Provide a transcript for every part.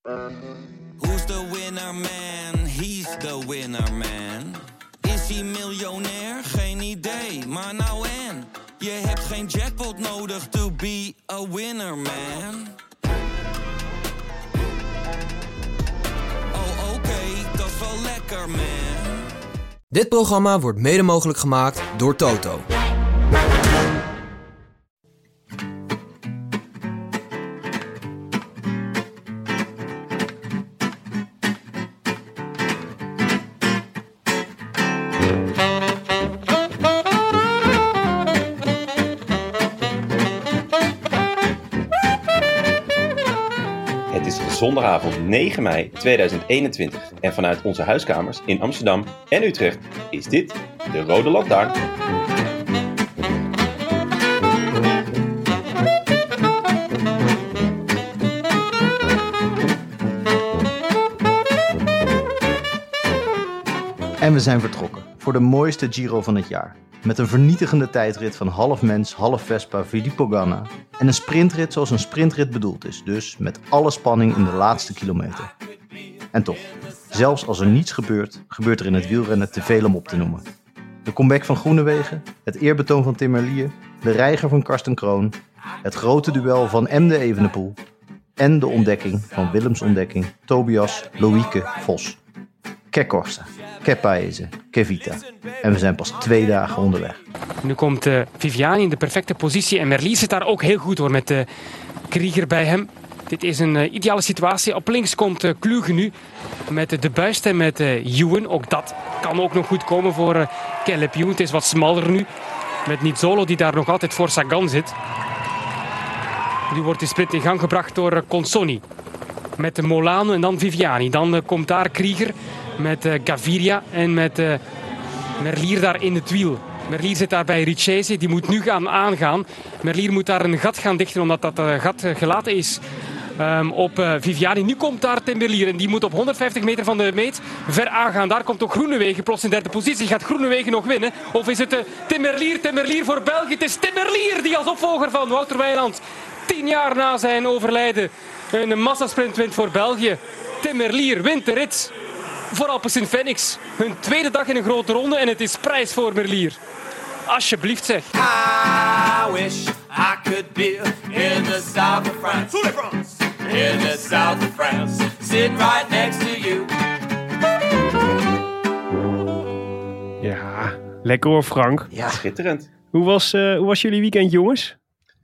Who's the winner man? He's the winner man. Is hij miljonair? Geen idee, maar nou en. Je hebt geen jackpot nodig to be a winner man. Oh oké, dat is wel lekker man. Dit programma wordt mede mogelijk gemaakt door Toto. Zondagavond 9 mei 2021 en vanuit onze huiskamers in Amsterdam en Utrecht is dit de Rode Lantaarn. En we zijn vertrokken voor de mooiste Giro van het jaar. Met een vernietigende tijdrit van half mens, half Vespa, Filippo Ganna. En een sprintrit zoals een sprintrit bedoeld is. Dus met alle spanning in de laatste kilometer. En toch, zelfs als er niets gebeurt, gebeurt er in het wielrennen te veel om op te noemen. De comeback van Groenewegen, het eerbetoon van Tim Merlier, de reiger van Karsten Kroon, het grote duel van Emde Evenepoel en de ontdekking van Willems ontdekking Tobias Loïke Vos. Che Corsa, Che Paese, Che Vita. En we zijn pas 2 dagen onderweg. Nu komt Viviani in de perfecte positie en Merlier zit daar ook heel goed hoor met Krieger bij hem. Dit is een ideale situatie. Op links komt Kluge nu met de Buist en met Ewan. Ook dat kan ook nog goed komen voor Caleb Ewan. Het is wat smaller nu met Nizzolo die daar nog altijd voor Sagan zit. Nu wordt de sprint in gang gebracht door Consonni. Met de Molano en dan Viviani. Dan komt daar Krieger met Gaviria en met Merlier daar in het wiel. Merlier zit daar bij Richese, die moet nu gaan aangaan. Merlier moet daar een gat gaan dichten omdat dat gat gelaten is op Viviani. Nu komt daar Tim Merlier en die moet op 150 meter van de meet ver aangaan. Daar komt ook Groenewegen plots in derde positie. Gaat Groenewegen nog winnen? Of is het Tim Merlier voor België? Het is Tim Merlier die als opvolger van Wouter Weiland 10 jaar na zijn overlijden een massasprint wint voor België. Tim Merlier wint de rit voor Alpecin-Phoenix. Hun tweede dag in een grote ronde en het is prijs voor Merlier. Alsjeblieft zeg. I wish I could be in the south of France. In the south of France. Sitting right next to you. Ja, lekker hoor Frank. Ja, schitterend. Hoe was jullie weekend jongens?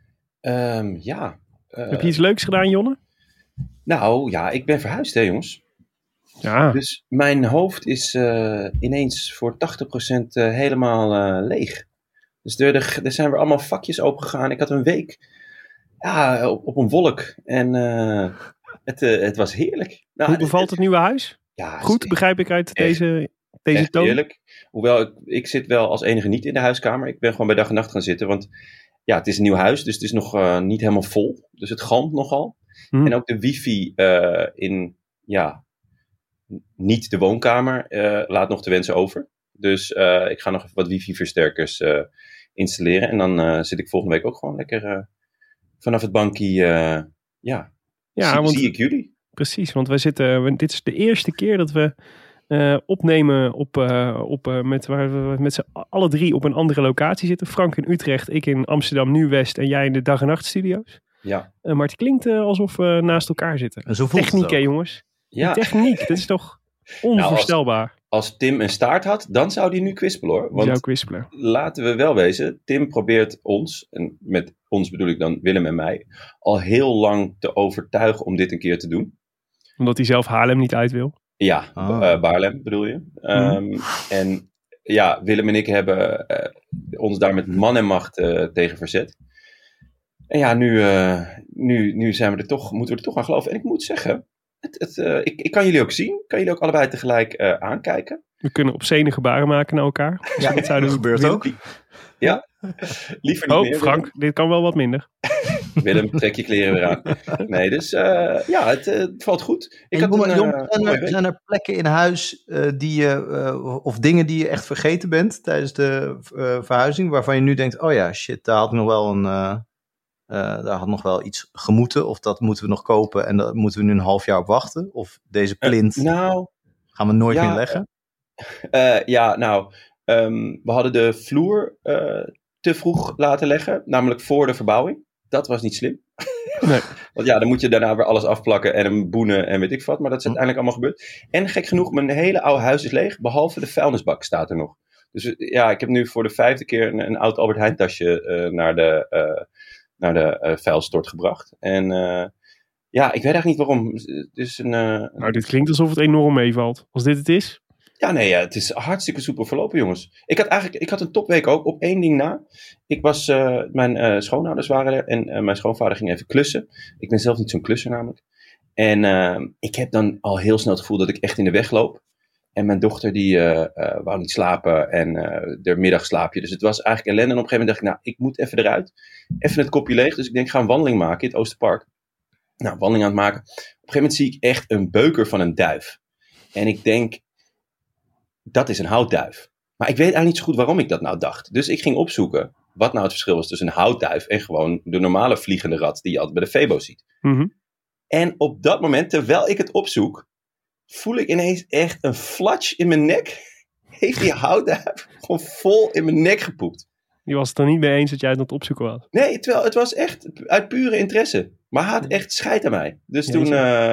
Heb je iets leuks gedaan Jonne? Nou ja, ik ben verhuisd hè jongens. Ja. Dus mijn hoofd is ineens voor 80% helemaal leeg. Dus er zijn weer allemaal vakjes opengegaan. Ik had een week op een wolk. En het was heerlijk. Nou, hoe bevalt het nieuwe huis? Ja, goed, begrijp ik uit deze toon? Heerlijk. Hoewel, ik zit wel als enige niet in de huiskamer. Ik ben gewoon bij dag en nacht gaan zitten. Want ja, het is een nieuw huis. Dus het is nog niet helemaal vol. Dus het galmt nogal. En ook de wifi niet de woonkamer laat nog te wensen over. Dus ik ga nog even wat wifi-versterkers installeren. En dan zit ik volgende week ook gewoon lekker vanaf het bankje. Zie ik jullie. Precies, want dit is de eerste keer dat we opnemen met z'n alle 3 op een andere locatie zitten. Frank in Utrecht, ik in Amsterdam Nieuw-West en jij in de dag- en nachtstudio's. Ja. Maar het klinkt alsof we naast elkaar zitten. En zo voelt techniek hè jongens? Ja. Techniek, dat is toch onvoorstelbaar. Als Tim een staart had, dan zou hij nu kwispelen hoor. Want zou kwispelen. Laten we wel wezen, Tim probeert ons, en met ons bedoel ik dan Willem en mij, al heel lang te overtuigen om dit een keer te doen. Omdat hij zelf Haarlem niet uit wil? Ja, Baarlem bedoel je. En ja, Willem en ik hebben ons daar met man en macht tegen verzet. En ja, nu zijn we moeten we er toch aan geloven. En ik moet zeggen, ik kan jullie ook zien. Ik kan jullie ook allebei tegelijk aankijken. We kunnen obscene gebaren maken naar elkaar. Ja, dat gebeurt ook. Ja, liever niet meer. Frank, Willem. dit kan wel wat minder. Willem, trek je kleren weer aan. Nee, dus het valt goed. Zijn er plekken in huis of dingen die je echt vergeten bent tijdens de verhuizing, waarvan je nu denkt, oh ja, shit, daar had ik nog wel Daar had nog wel iets gemoeten. Of dat moeten we nog kopen en daar moeten we nu een half jaar op wachten. Of deze plint gaan we nooit meer leggen. We hadden de vloer te vroeg laten leggen. Namelijk voor de verbouwing. Dat was niet slim. Nee. Want dan moet je daarna weer alles afplakken en hem boenen en weet ik wat. Maar dat is uiteindelijk allemaal gebeurd. En gek genoeg, mijn hele oude huis is leeg. Behalve de vuilnisbak staat er nog. Dus ik heb nu voor de 5e keer een oud Albert Heijn tasje naar de vuilstort gebracht. En ik weet eigenlijk niet waarom. Dus dit klinkt alsof het enorm meevalt. Als dit het is? Ja, nee, het is hartstikke soepel verlopen, jongens. Ik had een topweek ook, op 1 ding na. Mijn schoonouders waren er en mijn schoonvader ging even klussen. Ik ben zelf niet zo'n klusser namelijk. En ik heb dan al heel snel het gevoel dat ik echt in de weg loop. En mijn dochter die wou niet slapen en de middagslaapje. Dus het was eigenlijk ellende. En op een gegeven moment dacht ik, ik moet even eruit. Even het kopje leeg. Dus ik denk, ik ga een wandeling maken in het Oosterpark. Nou, wandeling aan het maken. Op een gegeven moment zie ik echt een beuker van een duif. En ik denk, dat is een houtduif. Maar ik weet eigenlijk niet zo goed waarom ik dat nou dacht. Dus ik ging opzoeken wat nou het verschil was tussen een houtduif en gewoon de normale vliegende rat die je altijd bij de Febo ziet. Mm-hmm. En op dat moment, terwijl ik het opzoek, voel ik ineens echt een flatsch in mijn nek. Heeft die houtduif gewoon vol in mijn nek gepoept. Je was het er niet mee eens dat jij het aan het opzoeken was? Nee, terwijl het was echt uit pure interesse. Maar hij had echt scheid aan mij. Dus toen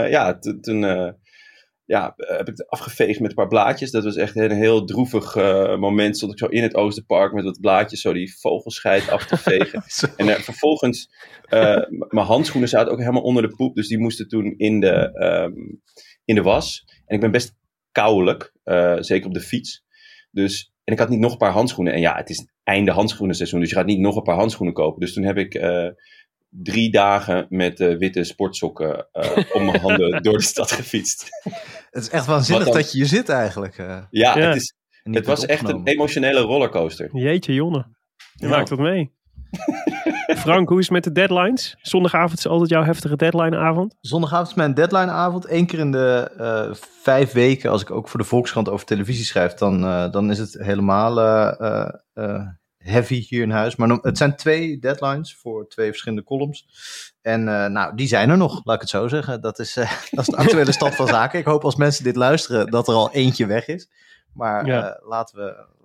heb ik het afgeveegd met een paar blaadjes. Dat was echt een heel droevig moment. Stond ik zo in het Oosterpark met wat blaadjes zo die vogelscheit af te vegen. En vervolgens, mijn handschoenen zaten ook helemaal onder de poep. Dus die moesten toen in de was. En ik ben best kouwelijk, zeker op de fiets. Dus, en ik had niet nog een paar handschoenen. En het is einde handschoenenseizoen. Dus je gaat niet nog een paar handschoenen kopen. Dus toen heb ik 3 dagen met witte sportsokken om mijn handen door de stad gefietst. Het is echt waanzinnig dat je hier zit eigenlijk. Het was echt een emotionele rollercoaster. Jeetje Jonne, je maakt wat mee. Frank, hoe is het met de deadlines? Zondagavond is altijd jouw heftige deadlineavond. Zondagavond is mijn deadlineavond. 1 keer in de 5 weken, als ik ook voor de Volkskrant over televisie schrijf, dan is het helemaal heavy hier in huis. Maar het zijn 2 deadlines voor 2 verschillende columns. En die zijn er nog, laat ik het zo zeggen. Dat is de actuele stand van zaken. Ik hoop als mensen dit luisteren dat er al eentje weg is. Maar laten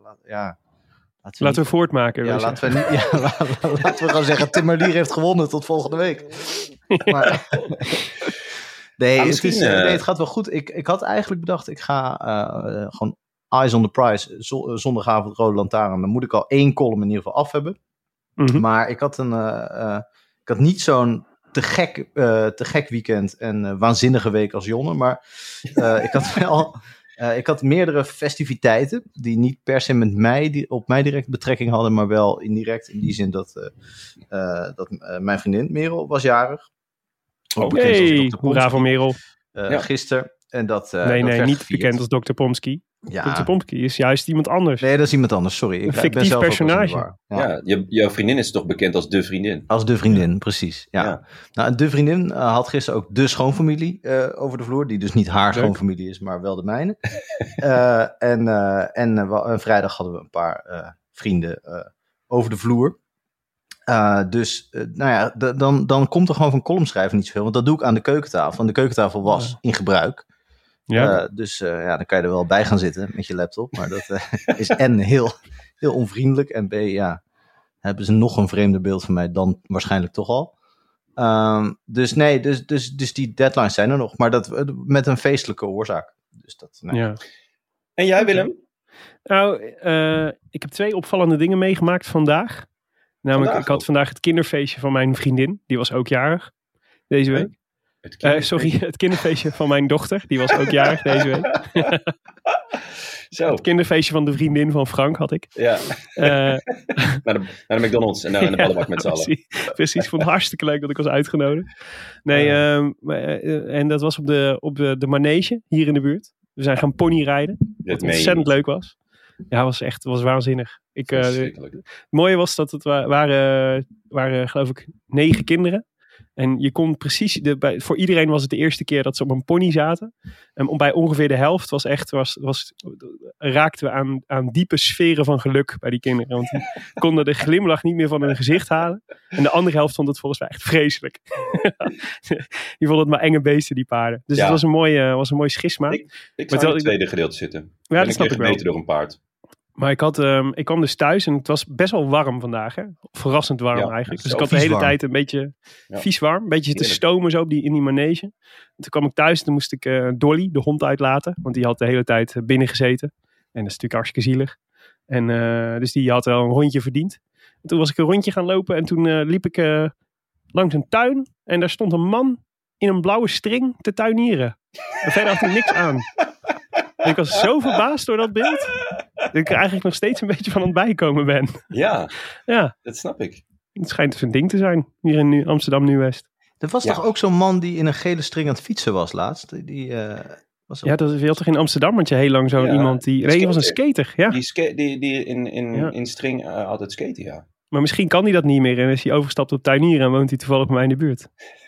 we voortmaken. Ja, laten we gewoon zeggen, Tim Merlier heeft gewonnen tot volgende week. Maar, het gaat wel goed. Ik had eigenlijk bedacht, ik ga gewoon Eyes on the Prize, zondagavond Rode Lantaarn. Dan moet ik al 1 column in ieder geval af hebben. Mm-hmm. Maar ik had niet zo'n te gek weekend en waanzinnige week als Jonne. Maar ik had wel... ik had meerdere festiviteiten die niet per se op mij direct betrekking hadden, maar wel indirect in die zin dat mijn vriendin Merel was jarig. Hoera voor Merel. Gisteren. En dat, nee, dat niet gevierd. Bekend als Dr. Pomsky. Ja. Dr. Pomsky is juist iemand anders. Nee, dat is iemand anders, sorry. Een fictief personage. Jouw vriendin is toch bekend als de vriendin? Als de vriendin, precies. Ja. Nou, de vriendin had gisteren ook de schoonfamilie over de vloer. Die dus niet haar schoonfamilie is, maar wel de mijne. En vrijdag hadden we een paar vrienden over de vloer. Dan komt er gewoon van column schrijven niet zoveel. Want dat doe ik aan de keukentafel. En de keukentafel was in gebruik. Ja. Dan kan je er wel bij gaan zitten met je laptop. Maar dat is en heel, heel onvriendelijk. En B, hebben ze nog een vreemder beeld van mij dan waarschijnlijk toch al. Dus die deadlines zijn er nog. Maar dat met een feestelijke oorzaak. Dus dat, Ja. En jij, Willem? Nou, ik heb 2 opvallende dingen meegemaakt vandaag. Namelijk, ik had vandaag het kinderfeestje van mijn vriendin. Die was ook jarig deze week. Het kinderfeestje van mijn dochter. Die was ook jarig deze week. Zo. Het kinderfeestje van de vriendin van Frank had ik. Ja. Naar de McDonald's en naar de ballenbak met z'n allen. Precies, vond het hartstikke leuk dat ik was uitgenodigd. En dat was op de manege hier in de buurt. We zijn gaan ponyrijden. Wat ontzettend leuk was. Ja, het was waanzinnig. Het mooie was dat het waren geloof ik 9 kinderen. En je kon precies, voor iedereen was het de eerste keer dat ze op een pony zaten. En bij ongeveer de helft raakten we aan diepe sferen van geluk bij die kinderen. Want die konden de glimlach niet meer van hun gezicht halen. En de andere helft vond het volgens mij echt vreselijk. Die vonden het maar enge beesten, die paarden. Dus het was een mooi schisma. Ik zou in het tweede gedeelte zitten. Ja, dat snap ik wel. Gebeten door een paard. Maar ik kwam dus thuis en het was best wel warm vandaag. Hè? Verrassend warm eigenlijk. Dus ik had de hele tijd een beetje vies warm. Een beetje zitten stomen zo in die manege. En toen kwam ik thuis en toen moest ik Dolly, de hond, uitlaten. Want die had de hele tijd binnen gezeten. En dat is natuurlijk hartstikke zielig. En dus die had wel een rondje verdiend. En toen was ik een rondje gaan lopen en toen liep ik langs een tuin. En daar stond een man in een blauwe string te tuinieren. En verder had hij niks aan. En ik was zo verbaasd door dat beeld, dat ik er eigenlijk nog steeds een beetje van aan het bijkomen ben. Ja, ja, dat snap ik. Het schijnt dus een ding te zijn, hier in Amsterdam Nieuw-West. Er was toch ook zo'n man die in een gele string aan het fietsen was laatst? Ja, dat wil toch in Amsterdam, want je heel lang zo'n iemand die... Nee, was een skater, ja. Die in string altijd skaten, ja. Maar misschien kan hij dat niet meer en is hij overgestapt op tuinieren en woont hij toevallig bij mij in de buurt.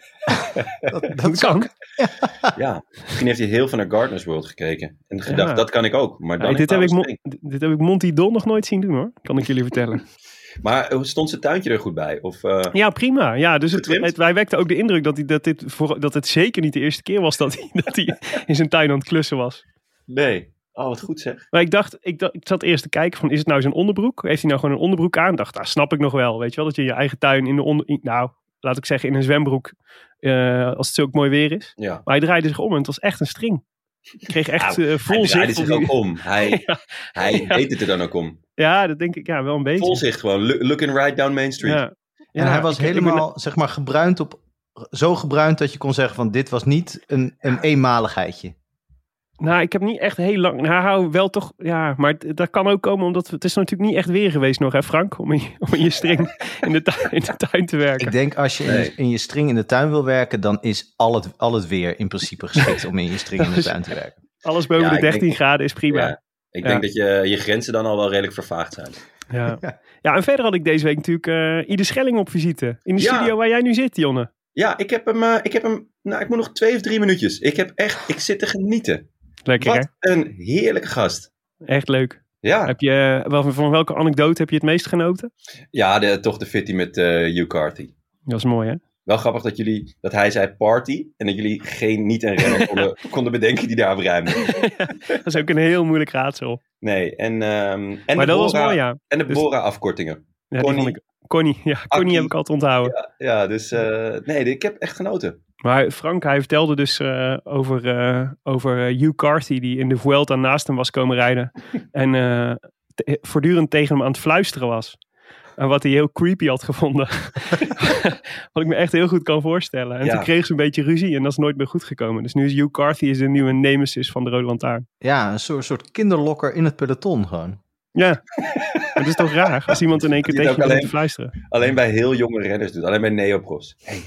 dat kan. Ja, misschien heeft hij heel veel naar Gardener's World gekeken. En gedacht, dat kan ik ook. Maar dan dit heb ik Monty Don nog nooit zien doen, hoor. Kan ik jullie vertellen. Maar stond zijn tuintje er goed bij? Of, ja, prima. Ja, dus wij wekten ook de indruk dat het zeker niet de eerste keer was dat hij in zijn tuin aan het klussen was. Nee. Oh, wat goed zeg. Maar ik zat eerst te kijken van, is het nou zijn onderbroek? Heeft hij nou gewoon een onderbroek aan? Ik dacht, snap ik nog wel. Weet je wel, dat je in je eigen tuin laat ik zeggen in een zwembroek, als het zo ook mooi weer is. Ja. Maar hij draaide zich om en het was echt een string. Ik kreeg echt vol zicht. Hij draaide zich ook om. Hij deed het er dan ook om. Ja, dat denk ik wel een beetje. Vol zicht gewoon, looking right down Main Street. Ja. En hij was helemaal, zeg maar, zo gebruind dat je kon zeggen van, dit was niet een eenmaligheidje. Nou, ik heb niet echt heel lang... Nou, hou wel toch... Ja, maar dat kan ook komen omdat... Het is natuurlijk niet echt weer geweest nog, hè Frank? Om in je string in de tuin te werken. Ik denk als je in je string in de tuin wil werken... dan is al het weer in principe geschikt om in je string in de tuin te werken. Alles boven de 13 graden is prima. Ja, ik denk dat je grenzen dan al wel redelijk vervaagd zijn. Ja, en verder had ik deze week natuurlijk Ieder Schelling op visite. In de studio waar jij nu zit, Jonne. Ja, ik heb hem... Nou, ik moet nog 2 of 3 minuutjes. Ik zit te genieten. Lekker, wat een heerlijke gast. Echt leuk. Ja. Van welke anekdote heb je het meest genoten? Ja, toch de fitty met Hugh Carthy. Dat is mooi, hè? Wel grappig dat hij zei party en dat jullie niet een renner konden bedenken die daarop ruimde. Dat is ook een heel moeilijk raadsel. Nee, maar dat was mooi, ja. En de Bora-afkortingen. Ja, Connie heb ik altijd onthouden. Ja, dus ik heb echt genoten. Maar Frank, hij vertelde dus over Hugh Carthy die in de Vuelta naast hem was komen rijden. En voortdurend tegen hem aan het fluisteren was. En wat hij heel creepy had gevonden. Wat ik me echt heel goed kan voorstellen. En toen kreeg ze een beetje ruzie en dat is nooit meer goed gekomen. Dus nu is Hugh Carthy de nieuwe nemesis van de Rode Lantaarn. Ja, een soort kinderlokker in het peloton gewoon. Ja, het is toch raar als iemand in één keer tegen je begint te fluisteren. Alleen bij heel jonge renners doet. Alleen bij neopros. Hey.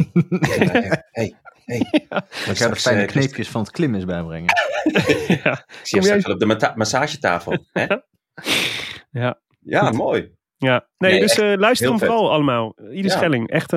Dan ga je de fijne kneepjes van het klimmen eens bijbrengen. Ik zie je straks op de massagetafel. Hè? Ja, goed. Mooi. Ja, dus luister hem vooral allemaal. Ieder Schelling. Echt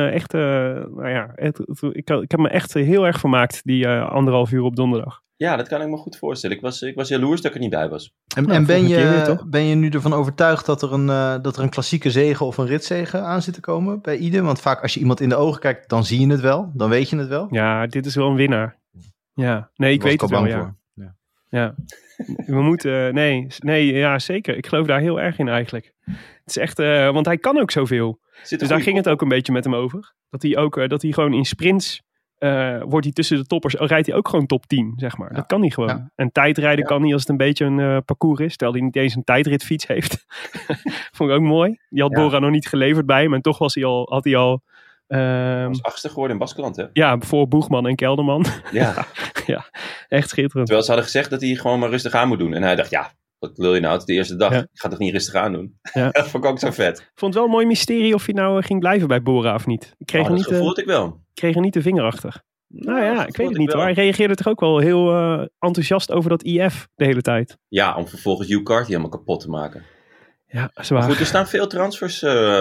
ik heb me echt heel erg vermaakt die 1,5 uur op donderdag. Ja, dat kan ik me goed voorstellen. Ik was jaloers dat ik er niet bij was. En ben je nu ervan overtuigd dat er een klassieke zege of een ritzege aan zit te komen bij Ide? Want vaak als je iemand in de ogen kijkt, dan zie je het wel. Dan weet je het wel. Ja, dit is wel een winnaar. Ja, nee, ik weet het wel, ja. Ja. We moeten, ja zeker. Ik geloof daar heel erg in eigenlijk. Het is echt, want hij kan ook zoveel. Dus daar ging het ook een beetje met hem over. Dat hij gewoon in sprints, wordt hij tussen de toppers, rijdt hij ook gewoon top 10, zeg maar. Ja. Dat kan hij gewoon. Ja. En tijdrijden kan hij als het een beetje een parcours is. Terwijl hij niet eens een tijdritfiets heeft. Vond ik ook mooi. Die had Bora nog niet geleverd bij hem. En toch had hij al was 8e geworden in Baskeland, hè? Ja, voor Boegman en Kelderman. Ja. Ja, echt schitterend. Terwijl ze hadden gezegd dat hij gewoon maar rustig aan moet doen. En hij dacht, wat wil je nou? Het is de eerste dag. Ik ga toch niet rustig aan doen? Ja. Dat vond ik ook zo vet. Ik vond het wel een mooi mysterie of hij nou ging blijven bij Bora of niet. Ik kreeg dat voelde ik wel. Ik kreeg er niet de vinger achter. Nou ja, ik weet het niet hoor. Hij reageerde toch ook wel heel enthousiast over dat IF de hele tijd. Ja, om vervolgens Hugh Carthy helemaal kapot te maken. Ja, zwaar. Goed, er staan veel transfers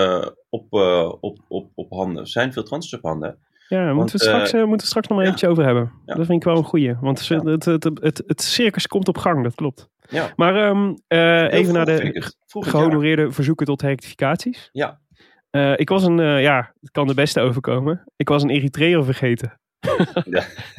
op handen. Er zijn veel transfers op handen. Ja, daar moeten we straks nog maar eventjes over hebben. Ja. Dat vind ik wel een goeie. Want het circus komt op gang, dat klopt. Ja. Maar even naar de gehonoreerde verzoeken tot rectificaties. Ja. Ik was het kan de beste overkomen. Ik was een Eritreër vergeten. Ja.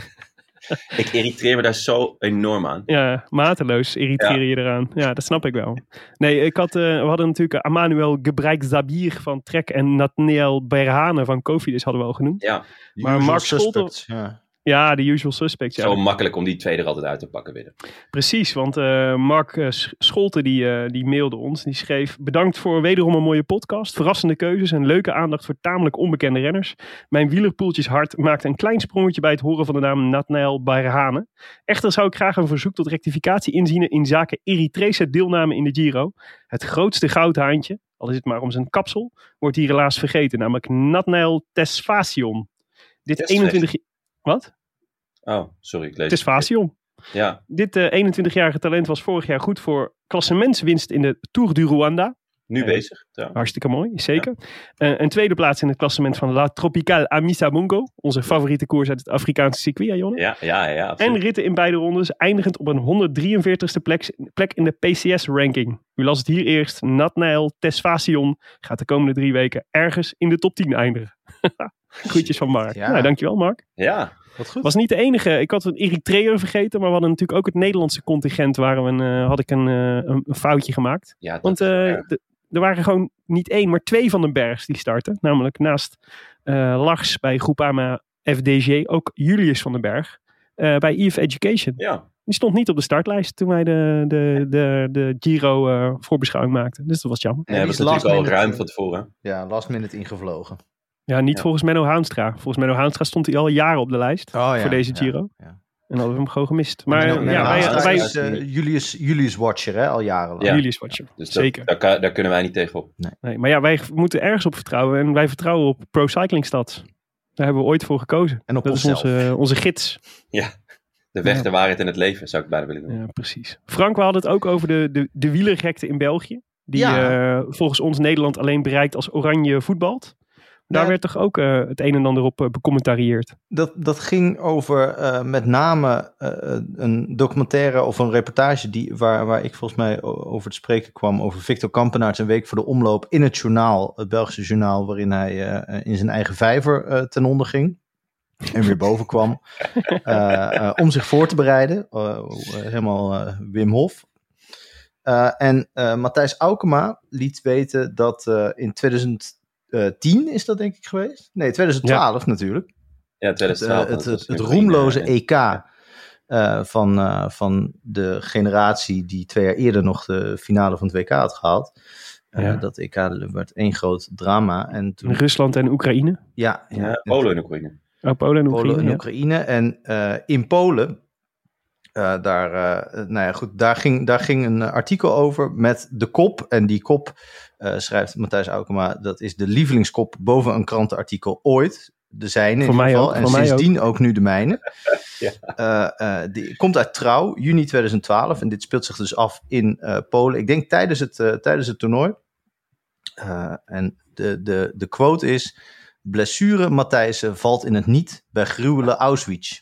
Ik irriteer me daar zo enorm aan. Ja, mateloos irriteer je eraan. Ja, dat snap ik wel. Nee, we hadden natuurlijk Emmanuel Gebreik-Zabir van Trek en Nathaniel Berhane van Cofidis hadden we al genoen. Ja. Maar Mark Scholten... Ja, de usual suspects. Ja. Zo makkelijk om die twee er altijd uit te pakken willen. Precies, want Mark Scholten die mailde ons. Die schreef: bedankt voor wederom een mooie podcast. Verrassende keuzes en leuke aandacht voor tamelijk onbekende renners. Mijn wielerpoeltjeshart maakte een klein sprongetje bij het horen van de naam Nathaniel Berhane. Echter zou ik graag een verzoek tot rectificatie inzien in zaken Eritrese deelname in de Giro. Het grootste goudhaantje, al is het maar om zijn kapsel, wordt hier helaas vergeten. Namelijk Nathaniel Tesfacion. Dit 21... Wat? Oh, sorry. Ik lees Tesfacion. Ja. Dit 21-jarige talent was vorig jaar goed voor klassementswinst in de Tour du Rwanda. Nu bezig. Ja. Hartstikke mooi, zeker. Een tweede plaats in het klassement van La Tropicale Amissa Mungo. Onze favoriete koers uit het Afrikaanse circuit, Jonne. Ja, absoluut. En ritten in beide rondes, eindigend op een 143ste plek in de PCS-ranking. U las het hier eerst. Nathaniel Tesfacion gaat de komende 3 weken ergens in de top 10 eindigen. Groetjes van Mark. Ja. Nou, dankjewel, Mark. Ja. Wat goed. Was niet de enige. Ik had een Eritreër vergeten, maar we hadden natuurlijk ook het Nederlandse contingent had ik een foutje gemaakt. Ja, Want er waren gewoon niet 1, maar 2 van den Bergs die starten. Namelijk naast Lars bij Groupama FDG ook Julius van den Berg bij EF Education. Ja. Die stond niet op de startlijst toen wij de Giro voorbeschouwing maakten. Dus dat was jammer. Nee, dat was natuurlijk al ruim van tevoren. Ja, last minute ingevlogen. Ja, niet volgens Menno Haanstra. Volgens Menno Haanstra stond hij al jaren op de lijst voor deze Giro. Ja. En hadden we hem gewoon gemist. Maar wij is Julius Watcher, hè, al jarenlang. Ja. Julius Watcher, Dus zeker. Daar kunnen wij niet tegenop. Nee, maar ja, wij moeten ergens op vertrouwen. En wij vertrouwen op Pro Cycling Stats. Daar hebben we ooit voor gekozen. En op dat is onszelf. onze gids. Ja, de weg, de waarheid en het leven zou ik bijna willen doen. Ja, precies. Frank, we hadden het ook over de wielergekte in België. Die volgens ons Nederland alleen bereikt als Oranje voetbalt. Daar werd toch ook het een en ander op becommentarieerd. Dat ging over met name een documentaire of een reportage waar ik volgens mij over te spreken kwam over Victor Kampenaerts een week voor de omloop in het journaal, het Belgische journaal, waarin hij in zijn eigen vijver ten onder ging en weer boven kwam om zich voor te bereiden. Helemaal Wim Hof. En Matthijs Aukema liet weten dat in 2010 is dat denk ik geweest? Nee, 2012 natuurlijk. Ja, 2012. Het roemloze EK van de generatie die 2 jaar eerder nog de finale van het WK had gehaald. Dat EK werd één groot drama. En toen... Rusland en Oekraïne? Ja, Polen en Oekraïne. Oh, Polen en Oekraïne. En in Polen, daar ging een artikel over met de kop. En die kop, schrijft Matthijs Aukema, dat is de lievelingskop boven een krantenartikel ooit. De zijne in ieder geval. En sindsdien ook nu de mijne. Die komt uit Trouw, juni 2012. En dit speelt zich dus af in Polen. Ik denk tijdens het toernooi. En de quote is: blessure Matthijssen valt in het niet bij gruwelen Auschwitz.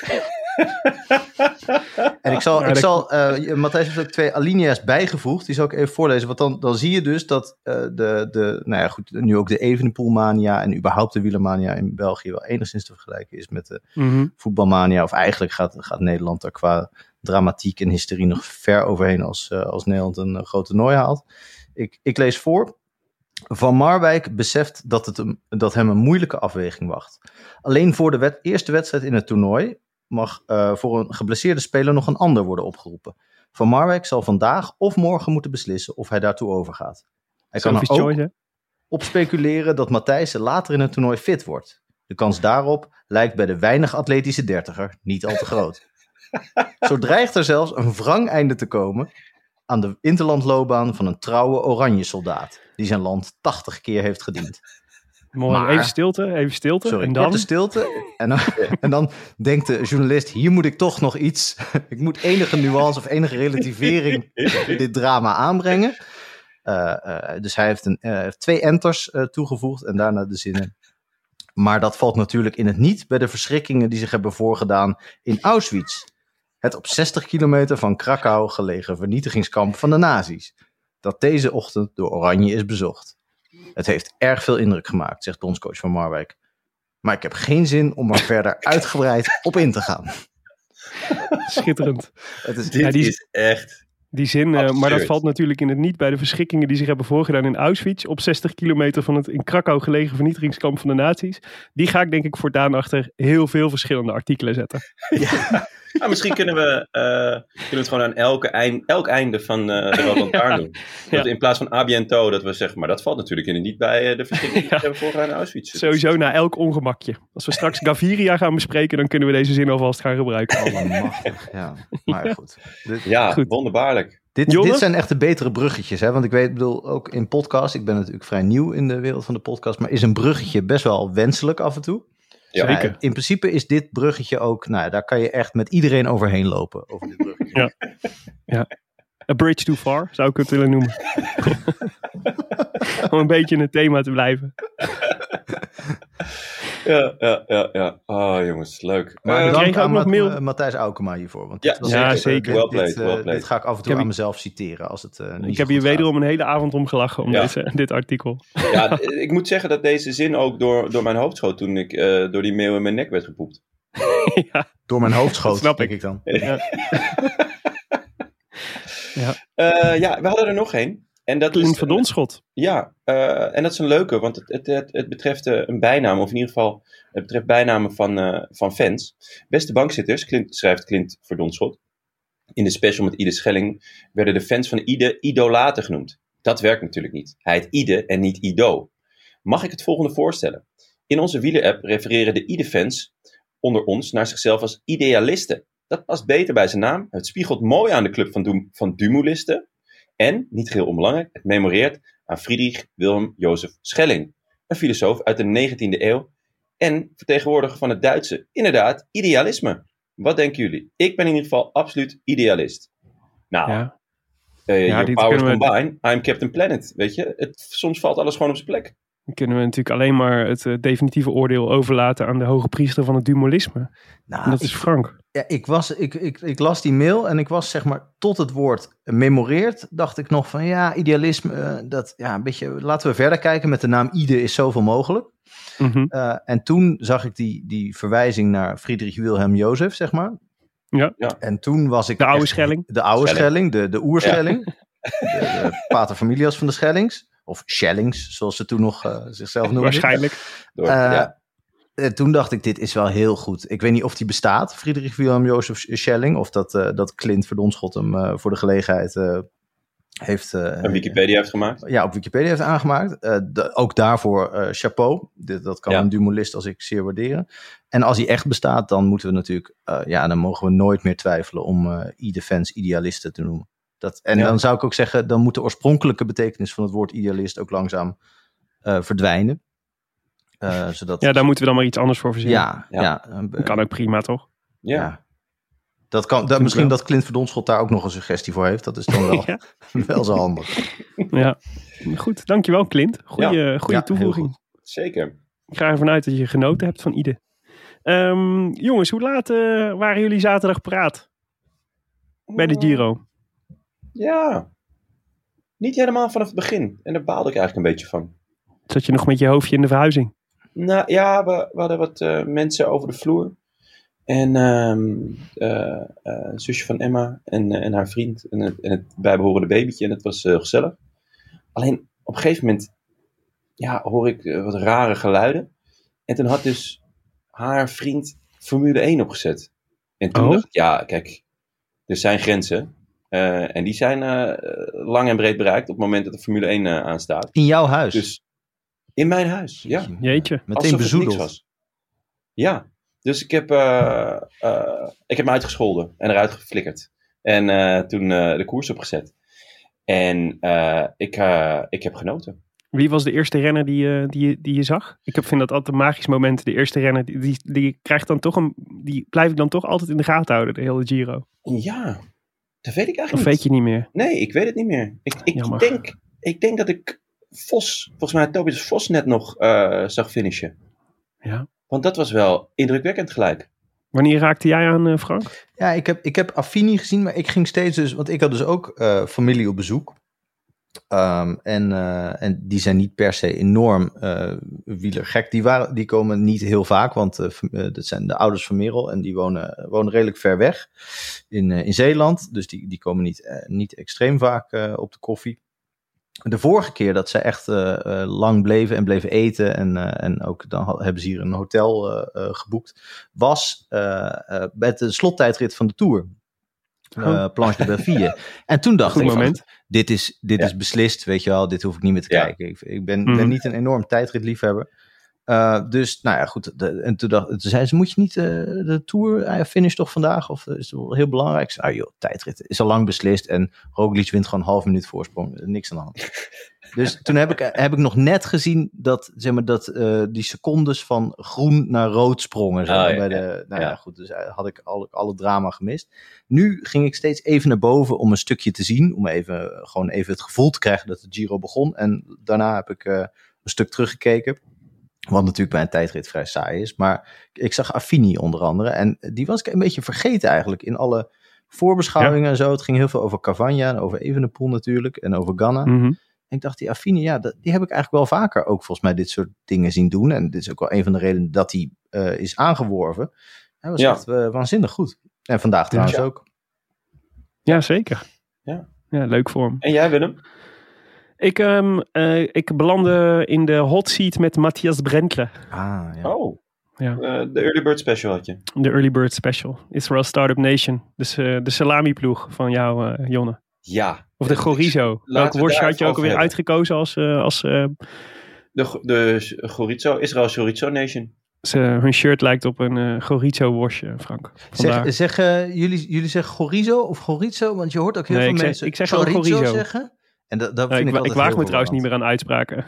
En Matthijs heeft ook 2 alinea's bijgevoegd. Die zal ik even voorlezen. Want dan zie je dus dat nu ook de Evenepoelmania en überhaupt de wielermania in België wel enigszins te vergelijken is met de voetbalmania. Of eigenlijk gaat Nederland daar qua dramatiek en hysterie nog ver overheen als Nederland een groot toernooi haalt. Ik lees voor. Van Marwijk beseft dat hem een moeilijke afweging wacht. Alleen voor de eerste wedstrijd in het toernooi mag voor een geblesseerde speler nog een ander worden opgeroepen. Van Marwijk zal vandaag of morgen moeten beslissen of hij daartoe overgaat. Hij kan er ook op speculeren dat Matthijssen later in het toernooi fit wordt. De kans daarop lijkt bij de weinig atletische dertiger niet al te groot. Zo dreigt er zelfs een wrang einde te komen aan de interlandloopbaan van een trouwe oranje soldaat die zijn land 80 keer heeft gediend. Mooi, maar, even stilte. Sorry, en dan? Korte stilte. En dan denkt de journalist, hier moet ik toch nog iets. Ik moet enige nuance of enige relativering dit drama aanbrengen. Dus hij heeft 2 enters toegevoegd en daarna de zinnen. Maar dat valt natuurlijk in het niet bij de verschrikkingen die zich hebben voorgedaan in Auschwitz. Het op 60 kilometer van Krakau gelegen vernietigingskamp van de nazi's. Dat deze ochtend door Oranje is bezocht. Het heeft erg veel indruk gemaakt, zegt bondscoach van Marwijk. Maar ik heb geen zin om er verder uitgebreid op in te gaan. Schitterend. Dit is echt... Die zin, absurd. maar dat valt natuurlijk in het niet bij de verschrikkingen die zich hebben voorgedaan in Auschwitz. Op 60 kilometer van het in Krakau gelegen vernietigingskamp van de nazi's. Die ga ik denk ik voortaan achter heel veel verschillende artikelen zetten. Ja. Nou, misschien kunnen we het gewoon aan elk einde van de Roland doen. Dat in plaats van abiento, dat we zeggen, maar dat valt natuurlijk in het niet bij de verschrikkingen die we hebben voorgedaan in Auschwitz. Sowieso na elk ongemakje. Als we straks Gaviria gaan bespreken, dan kunnen we deze zin alvast gaan gebruiken. Allemachtig, ja. Maar goed. Goed. Wonderbaarlijk. Dit zijn echt de betere bruggetjes, hè? Want ik bedoel, ook in podcast, ik ben natuurlijk vrij nieuw in de wereld van de podcast, maar is een bruggetje best wel wenselijk af en toe. Ja, zeker. In principe is dit bruggetje ook, nou, daar kan je echt met iedereen overheen lopen, over dit bruggetje. Ja. A bridge too far, zou ik het willen noemen. Om een beetje in het thema te blijven. Ja. Oh, jongens, leuk. Maar ik kreeg ook nog mail. Matthijs Aukema hiervoor. Want zeker. Well played. Dit ga ik af en toe aan mezelf citeren. Als het ik heb hier wederom een hele avond om gelachen om dit artikel. Ja, ik moet zeggen dat deze zin ook door mijn hoofd schoot toen ik door die meeuw in mijn nek werd gepoept. Ja. Door mijn hoofd schoot, snap denk ik dan. We hadden er nog één. En dat Clint is van Donschot. Ja, en dat is een leuke, want het betreft een bijnaam, of in ieder geval, het betreft bijnamen van fans. Beste bankzitters, schrijft Clint Verdonschot. In de special met Ide Schelling werden de fans van Ide idolaten genoemd. Dat werkt natuurlijk niet. Hij heet Ide en niet Ido. Mag ik het volgende voorstellen? In onze wielerapp refereren de Ide-fans onder ons naar zichzelf als idealisten. Dat past beter bij zijn naam. Het spiegelt mooi aan de club van Dumulisten. En, niet geheel onbelangrijk, het memoreert aan Friedrich Wilhelm Jozef Schelling. Een filosoof uit de 19e eeuw en vertegenwoordiger van het Duitse, inderdaad, idealisme. Wat denken jullie? Ik ben in ieder geval absoluut idealist. Nou, your powers combine, I'm Captain Planet, weet je. Soms valt alles gewoon op zijn plek. Dan kunnen we natuurlijk alleen maar het definitieve oordeel overlaten aan de hoge priester van het dualisme. En dat is Frank. Ja, ik las die mail en ik was zeg maar tot het woord memoreert, dacht ik nog van idealisme, een beetje, laten we verder kijken met de naam Ide is zoveel mogelijk. Mm-hmm. En toen zag ik die verwijzing naar Friedrich Wilhelm Jozef, zeg maar. Ja. En toen was ik... De oude Schelling. De oude Schelling, de oerschelling. Ja. De pater familias van de Schellings. Of Schellings, zoals ze toen nog zichzelf noemden. Waarschijnlijk. Toen dacht ik, dit is wel heel goed. Ik weet niet of die bestaat, Friedrich Wilhelm Jozef Schelling. Of dat Clint Verdonschot hem voor de gelegenheid heeft... Een Wikipedia heeft gemaakt. Ja, op Wikipedia heeft aangemaakt. Ook daarvoor chapeau. Dat kan een dumulist als ik zeer waarderen. En als hij echt bestaat, dan moeten we natuurlijk... dan mogen we nooit meer twijfelen om fans idealisten te noemen. Dan zou ik ook zeggen, dan moet de oorspronkelijke betekenis van het woord idealist ook langzaam verdwijnen. Zodat... Ja, daar moeten we dan maar iets anders voor verzinnen. Dat kan ook prima, toch? Ja. Dat kan, misschien dat Clint Verdonschot daar ook nog een suggestie voor heeft. Dat is dan wel, wel zo handig. Ja, goed. Dankjewel Clint. Goeie toevoeging. Zeker. Ik ga ervan uit dat je genoten hebt van Ide. Jongens, hoe laat waren jullie zaterdag paraat? Bij de Giro? Ja, niet helemaal vanaf het begin. En daar baalde ik eigenlijk een beetje van. Zat je nog met je hoofdje in de verhuizing? Nou ja, we hadden wat mensen over de vloer. En een zusje van Emma en haar vriend en het bijbehorende babytje. En het was gezellig. Alleen op een gegeven moment hoor ik wat rare geluiden. En toen had dus haar vriend Formule 1 opgezet. En toen dacht ik, kijk, er zijn grenzen. En die zijn lang en breed bereikt op het moment dat de Formule 1 aanstaat. In jouw huis? Dus in mijn huis, ja. Jeetje. Meteen bezoedeld. Ja, dus ik heb me uitgescholden en eruit geflikkerd. En toen de koers opgezet. En ik heb genoten. Wie was de eerste renner die je zag? Ik vind dat altijd een magisch moment. De eerste renner, die krijgt dan toch die blijf ik dan toch altijd in de gaten houden, de hele Giro. Ja, dat weet ik eigenlijk niet. Of weet je niet meer? Nee, ik weet het niet meer. Ik Ik denk dat ik volgens mij Tobias Vos net nog zag finishen. Ja. Want dat was wel indrukwekkend gelijk. Wanneer raakte jij aan, Frank? Ja, ik heb Affini gezien, maar ik ging steeds dus... Want ik had dus ook familie op bezoek. En die zijn niet per se enorm wielergek. Die komen niet heel vaak, want dat zijn de ouders van Merel. En die wonen redelijk ver weg in Zeeland. Dus die komen niet extreem vaak op de koffie. De vorige keer dat ze echt lang bleven eten en ook dan hebben ze hier een hotel geboekt, was met de slottijdrit van de Tour. Planche de Belleville. En toen dacht ik van, dit is beslist, weet je wel, dit hoef ik niet meer te kijken. Ik ben niet een enorm tijdritliefhebber. Dus, nou ja, goed. En toen zei ze, moet je niet de Tour finish toch vandaag? Of is het wel heel belangrijk? Ik zei, joh, tijdrit is al lang beslist. En Roglic wint gewoon een half minuut voorsprong. Niks aan de hand. Dus toen heb ik nog net gezien dat, zeg maar, dat die secondes van groen naar rood sprongen. Goed, dus had ik alle drama gemist. Nu ging ik steeds even naar boven om een stukje te zien. Om gewoon even het gevoel te krijgen dat de Giro begon. En daarna heb ik een stuk teruggekeken. Wat natuurlijk bij een tijdrit vrij saai is. Maar ik zag Affini onder andere. En die was ik een beetje vergeten eigenlijk in alle voorbeschouwingen en zo. Het ging heel veel over Cavagna en over Evenepoel natuurlijk. En over Ganna. En ik dacht, die Affini, die heb ik eigenlijk wel vaker ook volgens mij dit soort dingen zien doen. En dit is ook wel een van de redenen dat hij is aangeworven. Hij was echt waanzinnig goed. En vandaag trouwens ook. Ja, zeker. Ja, leuk voor hem. En jij, Willem? Ik belandde in de hot seat met Matthias Brentle. Oh, de Early Bird Special had je. De Early Bird Special. Israel Startup Nation. Dus de salami-ploeg van jou, Jonne. Ja. Of de Chorizo. Welk worstje had je ook alweer uitgekozen als... De Chorizo, Israel Chorizo Nation. Hun shirt lijkt op een Chorizo worstje, Frank. Jullie zeggen Chorizo of Chorizo? Want je hoort ook heel veel mensen ik zeg Chorizo zeggen. En ik waag me trouwens niet meer aan uitspraken.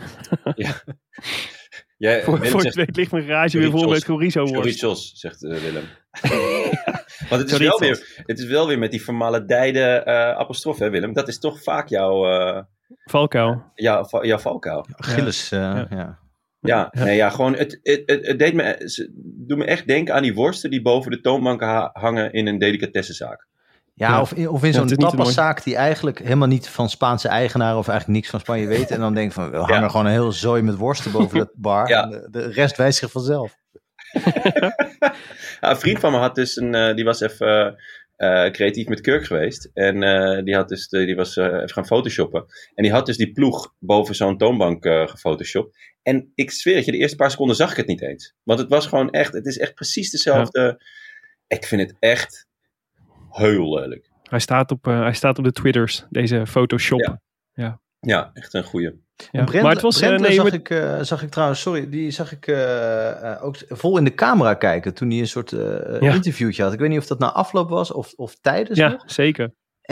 Ja. Voor het weet ligt mijn garage weer vol met chorizo-worst. Chorizos, zegt Willem. Want het is wel weer met die vermaledijde apostrof, hè Willem? Dat is toch vaak jouw... valkuil. Jouw valkuil. Achilles, gewoon het doet me echt denken aan die worsten die boven de toonbanken hangen in een delicatessenzaak. Ja, of in zo'n tapaszaak die eigenlijk helemaal niet van Spaanse eigenaren of eigenlijk niks van Spanje weet. En dan denk van, we hangen gewoon een heel zooi met worsten boven dat bar. Ja. En de rest wijst zich vanzelf. Een vriend van me had dus die was even creatief met kurk geweest. En die was even gaan photoshoppen. En die had dus die ploeg boven zo'n toonbank gefotoshopt. En ik zweer dat je, de eerste paar seconden zag ik het niet eens. Want het was gewoon echt, het is echt precies dezelfde. Ja. Ik vind het echt heel lelijk. Hij staat op de Twitters, deze Photoshop. Ja, echt een goeie. Ja. Maar het was zag ik trouwens, sorry, die zag ik ook vol in de camera kijken toen hij een soort interviewtje had. Ik weet niet of dat na afloop was of tijdens. Ja, zeker.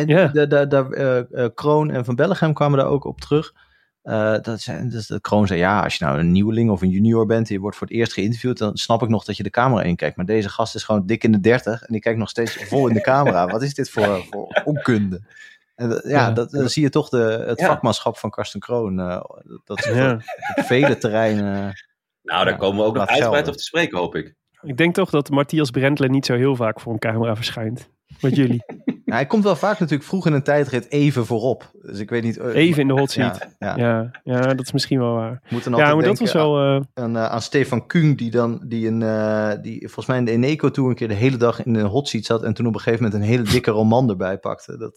En Kroon en Van Bellegem kwamen daar ook op terug. Kroon zei, als je nou een nieuweling of een junior bent en je wordt voor het eerst geïnterviewd, dan snap ik nog dat je de camera inkijkt. Maar deze gast is gewoon dik in de 30 en die kijkt nog steeds vol in de camera. Wat is dit voor onkunde? En dan zie je toch het vakmanschap van Karsten Kroon. Dat is op vele terreinen... daar komen we ook nog uitgebreid op te spreken, hoop ik. Ik denk toch dat Matthias Brentle niet zo heel vaak voor een camera verschijnt. Met jullie. Hij komt wel vaak natuurlijk vroeg in een tijdrit even voorop. Dus ik weet niet... even in de hot seat. Ja, dat is misschien wel waar. Maar dat was wel... aan Stefan Küng, die volgens mij in de Eneco Tour een keer de hele dag in de hot seat zat en toen op een gegeven moment een hele dikke roman erbij pakte.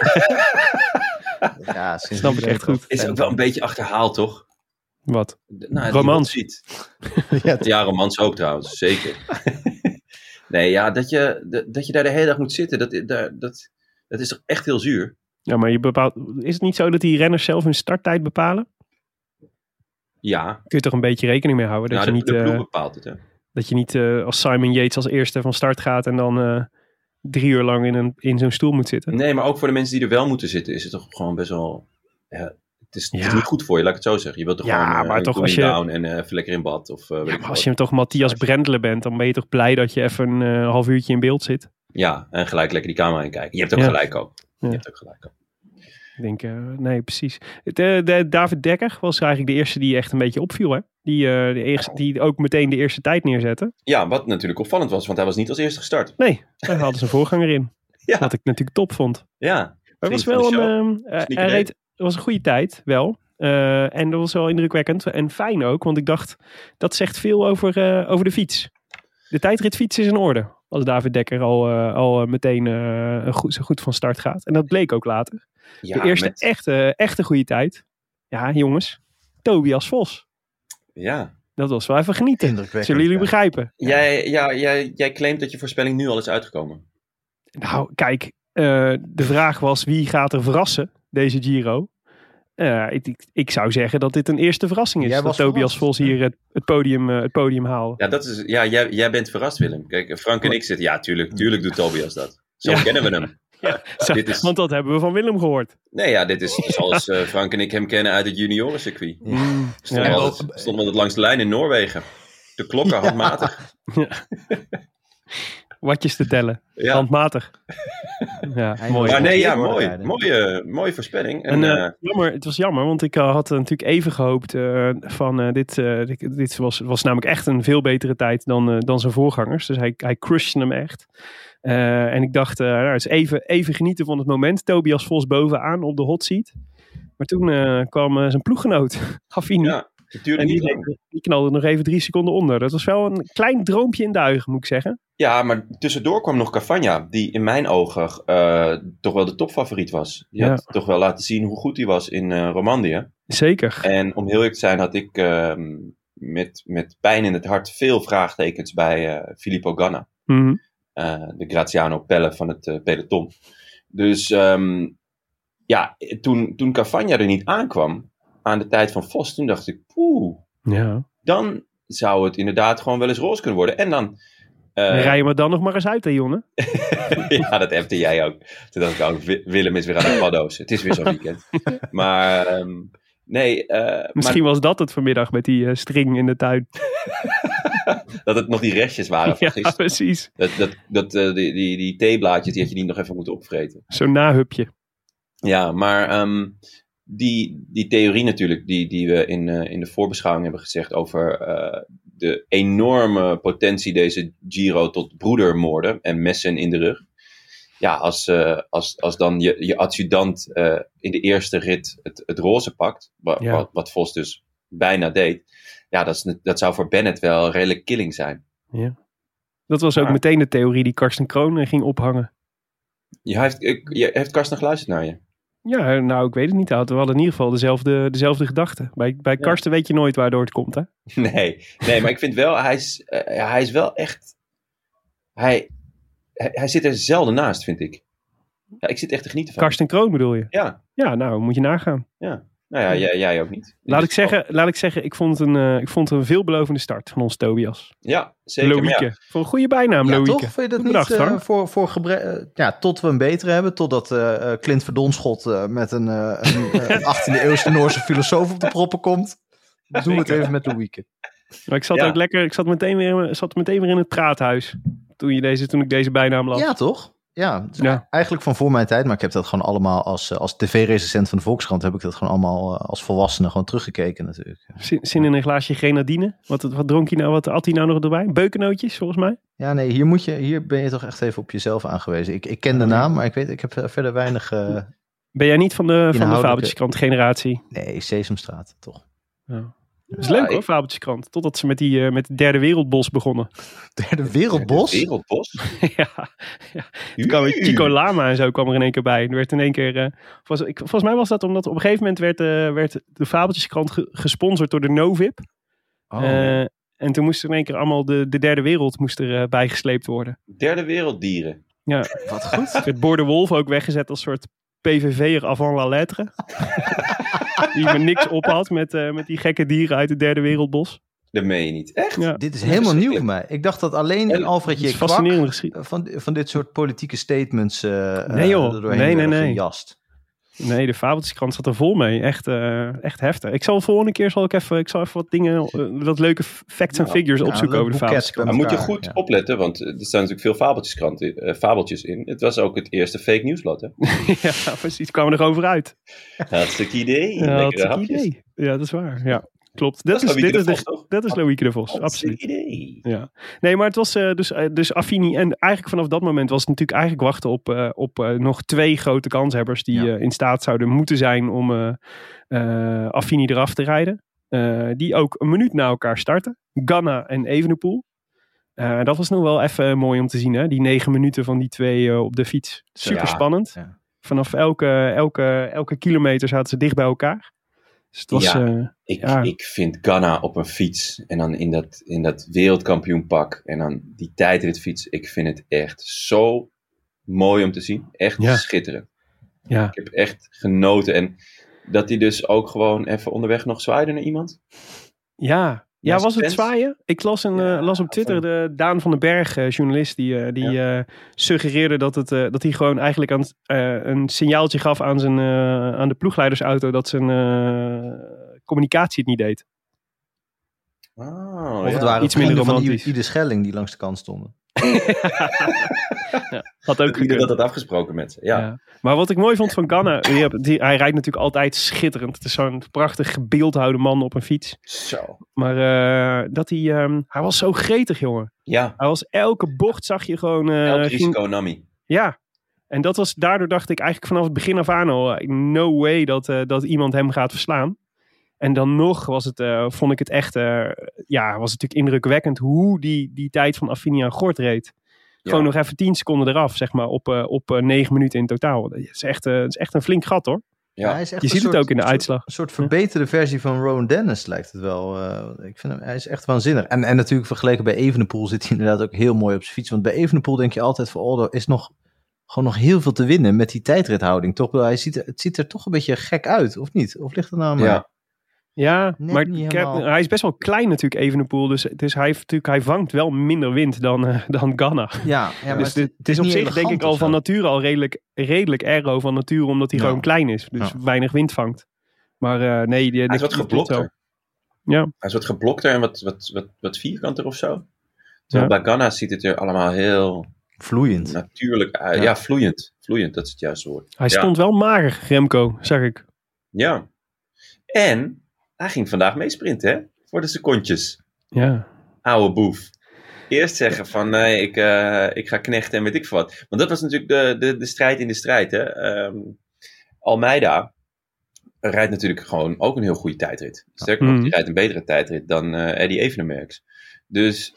Snap ik echt goed. Is ook wel een beetje achterhaald, toch? Wat? Romans. Romans ook trouwens, zeker. Nee, dat je daar de hele dag moet zitten, dat is toch echt heel zuur? Ja, maar is het niet zo dat die renners zelf hun starttijd bepalen? Ja. Kun je toch een beetje rekening mee houden? Dat de ploeg bepaalt het, hè? Dat je niet als Simon Yates als eerste van start gaat en dan 3 uur lang in zo'n stoel moet zitten. Nee, maar ook voor de mensen die er wel moeten zitten, is het toch gewoon best wel... Het is niet goed voor je, laat ik het zo zeggen. Je wilt toch gewoon als je down en even lekker in bad. Maar als je toch Matthias Brentle bent, dan ben je toch blij dat je even een half uurtje in beeld zit. Ja, en gelijk lekker die camera in kijken. Je hebt ook gelijk ook. Ja. Je hebt ook gelijk ook. Ik denk, nee, precies. David Dekker was eigenlijk de eerste die echt een beetje opviel. Hè? Die ook meteen de eerste tijd neerzette. Ja, wat natuurlijk opvallend was, want hij was niet als eerste gestart. Nee, daar hadden ze een voorganger in. Ja. Wat ik natuurlijk top vond. Ja, Maar het was vriend van wel de show. het was een goede tijd, wel. En dat was wel indrukwekkend en fijn ook. Want ik dacht, dat zegt veel over de fiets. De tijdritfiets is in orde. Als David Dekker al meteen zo goed van start gaat. En dat bleek ook later. Ja, de eerste echte goede tijd. Ja, jongens. Tobias Vos. Ja. Dat was wel even genieten. Indrukwekkend, Zullen jullie ja. begrijpen? Jij claimt dat je voorspelling nu al is uitgekomen. Nou, kijk. De vraag was, wie gaat er verrassen, deze Giro? Ik zou zeggen dat dit een eerste verrassing is. Jij Dat was Tobias verrast. Vos hier het podium haalde. Ja, jij bent verrast, Willem. Kijk, Frank en ik zitten, ja, tuurlijk doet Tobias dat. Zo Ja. kennen we hem. Zo, dit is- Want dat hebben we van Willem gehoord. Nee, ja, dit is zoals Frank en ik hem kennen uit het juniorencircuit. Stond Ja. wel het langs de lijn in Noorwegen. De klokken handmatig. Watjes te tellen. Ja. Handmatig. Ja, Hij mooi. was- Maar nee, ja, Ja, mooie voorspelling. En het was jammer, want ik had natuurlijk even gehoopt dit was namelijk echt een veel betere tijd dan zijn voorgangers. Dus hij crushte hem echt. En ik dacht, het is even genieten van het moment. Tobias Vos bovenaan op de hot seat. Maar toen kwam zijn ploeggenoot, Gafini. Ja, het duurde En niet lang. die knalde nog even 3 seconden onder. Dat was wel een klein droompje in duigen, moet ik zeggen. Ja, maar tussendoor kwam nog Cavagna, die in mijn ogen toch wel de topfavoriet was. Die had toch wel laten zien hoe goed hij was in Romandie. Zeker. En om heel eerlijk te zijn had ik met pijn in het hart veel vraagtekens bij Filippo Ganna. Mhm. De Graziano Pelle van het peloton. Dus toen Cavagna er niet aankwam aan de tijd van Vos, toen dacht ik, Ja. dan zou het inderdaad gewoon wel eens roze kunnen worden. En dan... Rij je me dan nog maar eens uit, hè, Jonne? Ja, dat appte jij ook. Toen dacht ik ook, Willem is weer aan de paddo's. Het is weer zo'n weekend. Maar nee. Misschien was dat het vanmiddag met die string in de tuin. Dat het nog die restjes waren van Ja, gisteren. precies. Die theeblaadjes, die had je niet nog even moeten opvreten. Zo'n nahupje. Ja, maar die theorie natuurlijk, die we in de voorbeschouwing hebben gezegd over de enorme potentie deze Giro tot broedermoorden en messen in de rug. Ja, als dan je adjudant in de eerste rit het roze pakt, wat Vos dus bijna deed, ja, dat zou voor Bennett wel redelijk killing zijn. Ja. Dat was ook meteen de theorie die Karsten Kroon ging ophangen. Heeft Karsten geluisterd naar je? Ja, nou, ik weet het niet. We hadden in ieder geval dezelfde gedachten. Bij Karsten weet je nooit waardoor het komt, hè? Nee, maar ik vind wel, hij is wel echt... Hij zit er zelden naast, vind ik. Ja, ik zit echt te genieten van. Karsten Kroon bedoel je? Ja. Ja, nou, moet je nagaan. Ja. Nou ja, jij ook niet. Laat ik zeggen, ik vond het een veelbelovende start van ons Tobias. Ja, zeker. Loïke. Ja. Voor een goede bijnaam, Ja, Loïke. toch? Vind je dat Bedacht, niet Frank? tot we een betere hebben, totdat Clint Verdonschot met een 18e eeuwse Noorse filosoof op de proppen komt. Doen we het even met Loïke. Maar ik zat ook lekker, ik zat meteen weer in het praathuis. Toen ik deze bijnaam las. Ja, toch? Ja, eigenlijk van voor mijn tijd, maar ik heb dat gewoon allemaal als tv-recensent van de Volkskrant heb ik dat gewoon allemaal als volwassene gewoon teruggekeken natuurlijk. Zin in een glaasje grenadine? Wat dronk hij nou? Wat had hij nou nog erbij? Beukennootjes, volgens mij? Ja, nee, hier ben je toch echt even op jezelf aangewezen. Ik ken de naam, maar ik heb verder weinig... Ben jij niet van de Fabeltjeskrant generatie? Nee, Sesamstraat, toch. Ja. Dat is leuk hoor, Fabeltjeskrant. Totdat ze met het derde wereldbos begonnen. Derde wereldbos? Derde wereldbos? ja. Toen kwam Chico Lama en zo kwam er in één keer bij. Er werd in één keer... volgens mij was dat omdat op een gegeven moment werd de Fabeltjeskrant gesponsord door de Novib. Oh. En toen moest er in één keer allemaal de derde wereld moest er bijgesleept worden. Derde werelddieren. Ja. Wat goed. Werd Boer de Wolf ook weggezet als soort PVV'er avant la lettre. Die me niks op had met die gekke dieren uit het derde wereldbos. Dat meen je niet. Echt? Ja. Dit is helemaal nieuw voor mij. Ik dacht dat alleen Alfred J. Fascinerende Kwak van dit soort politieke statements nee joh, er doorheen nee. gejast. Nee, de Fabeltjeskrant zat er vol mee. Echt heftig. Ik zal de volgende keer even wat dingen, wat leuke facts en figures opzoeken over de Fabeltjeskrant. Dan moet je goed opletten, want er staan natuurlijk veel fabeltjes in. Het was ook het eerste fake nieuwsblad, hè? Ja, precies. Kwamen er over uit. Hartstikke idee. Ja, Lekkere hapjes. idee. Ja, dat is waar. Ja, klopt. Dat Dat is Loïke de Vos, absoluut. Idee. Ja. Nee, maar het was dus Affini. En eigenlijk vanaf dat moment was het natuurlijk eigenlijk wachten op nog 2 grote kanshebbers die in staat zouden moeten zijn om Affini eraf te rijden. Die ook een minuut na elkaar starten. Ganna en Evenepoel. Dat was nog wel even mooi om te zien. Hè? Die 9 minuten van die 2 op de fiets. Super spannend. Ja. Vanaf elke kilometer zaten ze dicht bij elkaar. Dus het was, ik vind Ganna op een fiets en dan in dat wereldkampioenpak en dan die tijdritfiets. Ik vind het echt zo mooi om te zien. Echt schitterend. Ja. Ik heb echt genoten. En dat hij dus ook gewoon even onderweg nog zwaaide naar iemand. Ja, was het zwaaien? Ik las op Twitter de Daan van den Berg, journalist, die suggereerde dat hij gewoon eigenlijk een signaaltje gaf aan de ploegleidersauto dat zijn communicatie het niet deed. Of het waren iets minder van Ieder Schelling die langs de kant stonden. Had ook dat had afgesproken met ze. Ja. Maar wat ik mooi vond van Ganna, hij rijdt natuurlijk altijd schitterend. Het is zo'n prachtig gebeeldhouwde man op een fiets. Zo. Maar hij was zo gretig, jongen. Ja. Hij was elke bocht zag je gewoon. Elk risico Nami. Ja. En daardoor dacht ik eigenlijk vanaf het begin af aan al, no way dat iemand hem gaat verslaan. En dan nog vond ik het echt, was het natuurlijk indrukwekkend hoe die tijd van Affini aan Gort reed. Gewoon nog even 10 seconden eraf, zeg maar, op 9 minuten in totaal. Het is echt een flink gat, hoor. Ja. Hij is echt je ziet het ook in de uitslag. Een soort verbeterde versie van Rowan Dennis lijkt het wel. Ik vind hij is echt waanzinnig. En natuurlijk vergeleken bij Evenepoel zit hij inderdaad ook heel mooi op zijn fiets. Want bij Evenepoel denk je altijd van, er is gewoon nog heel veel te winnen met die tijdrithouding. Toch? Het ziet er toch een beetje gek uit, of niet? Of ligt het nou maar? Ja. Ja, maar hij is best wel klein natuurlijk, Evenepoel. Dus hij vangt wel minder wind dan Ganna. Ja, maar dus het is op zich denk ik al van nature al redelijk aero van nature, omdat hij gewoon klein is. Dus weinig wind vangt. Maar hij is wat geblokter. Ja. Hij is wat geblokter en wat vierkanter of zo. Terwijl bij Ganna ziet het er allemaal heel vloeiend natuurlijk uit. Ja, vloeiend. Vloeiend, dat is het juiste woord. Hij stond wel mager, Remco, zag ik. Ja. En hij ging vandaag meesprinten, hè? Voor de secondjes. Ja. Oude boef. Eerst zeggen van, nee, ik ga knechten en weet ik veel wat. Want dat was natuurlijk de strijd in de strijd, hè? Almeida rijdt natuurlijk gewoon ook een heel goede tijdrit. Sterker nog, die rijdt een betere tijdrit dan Eddie Evenemerks. Dus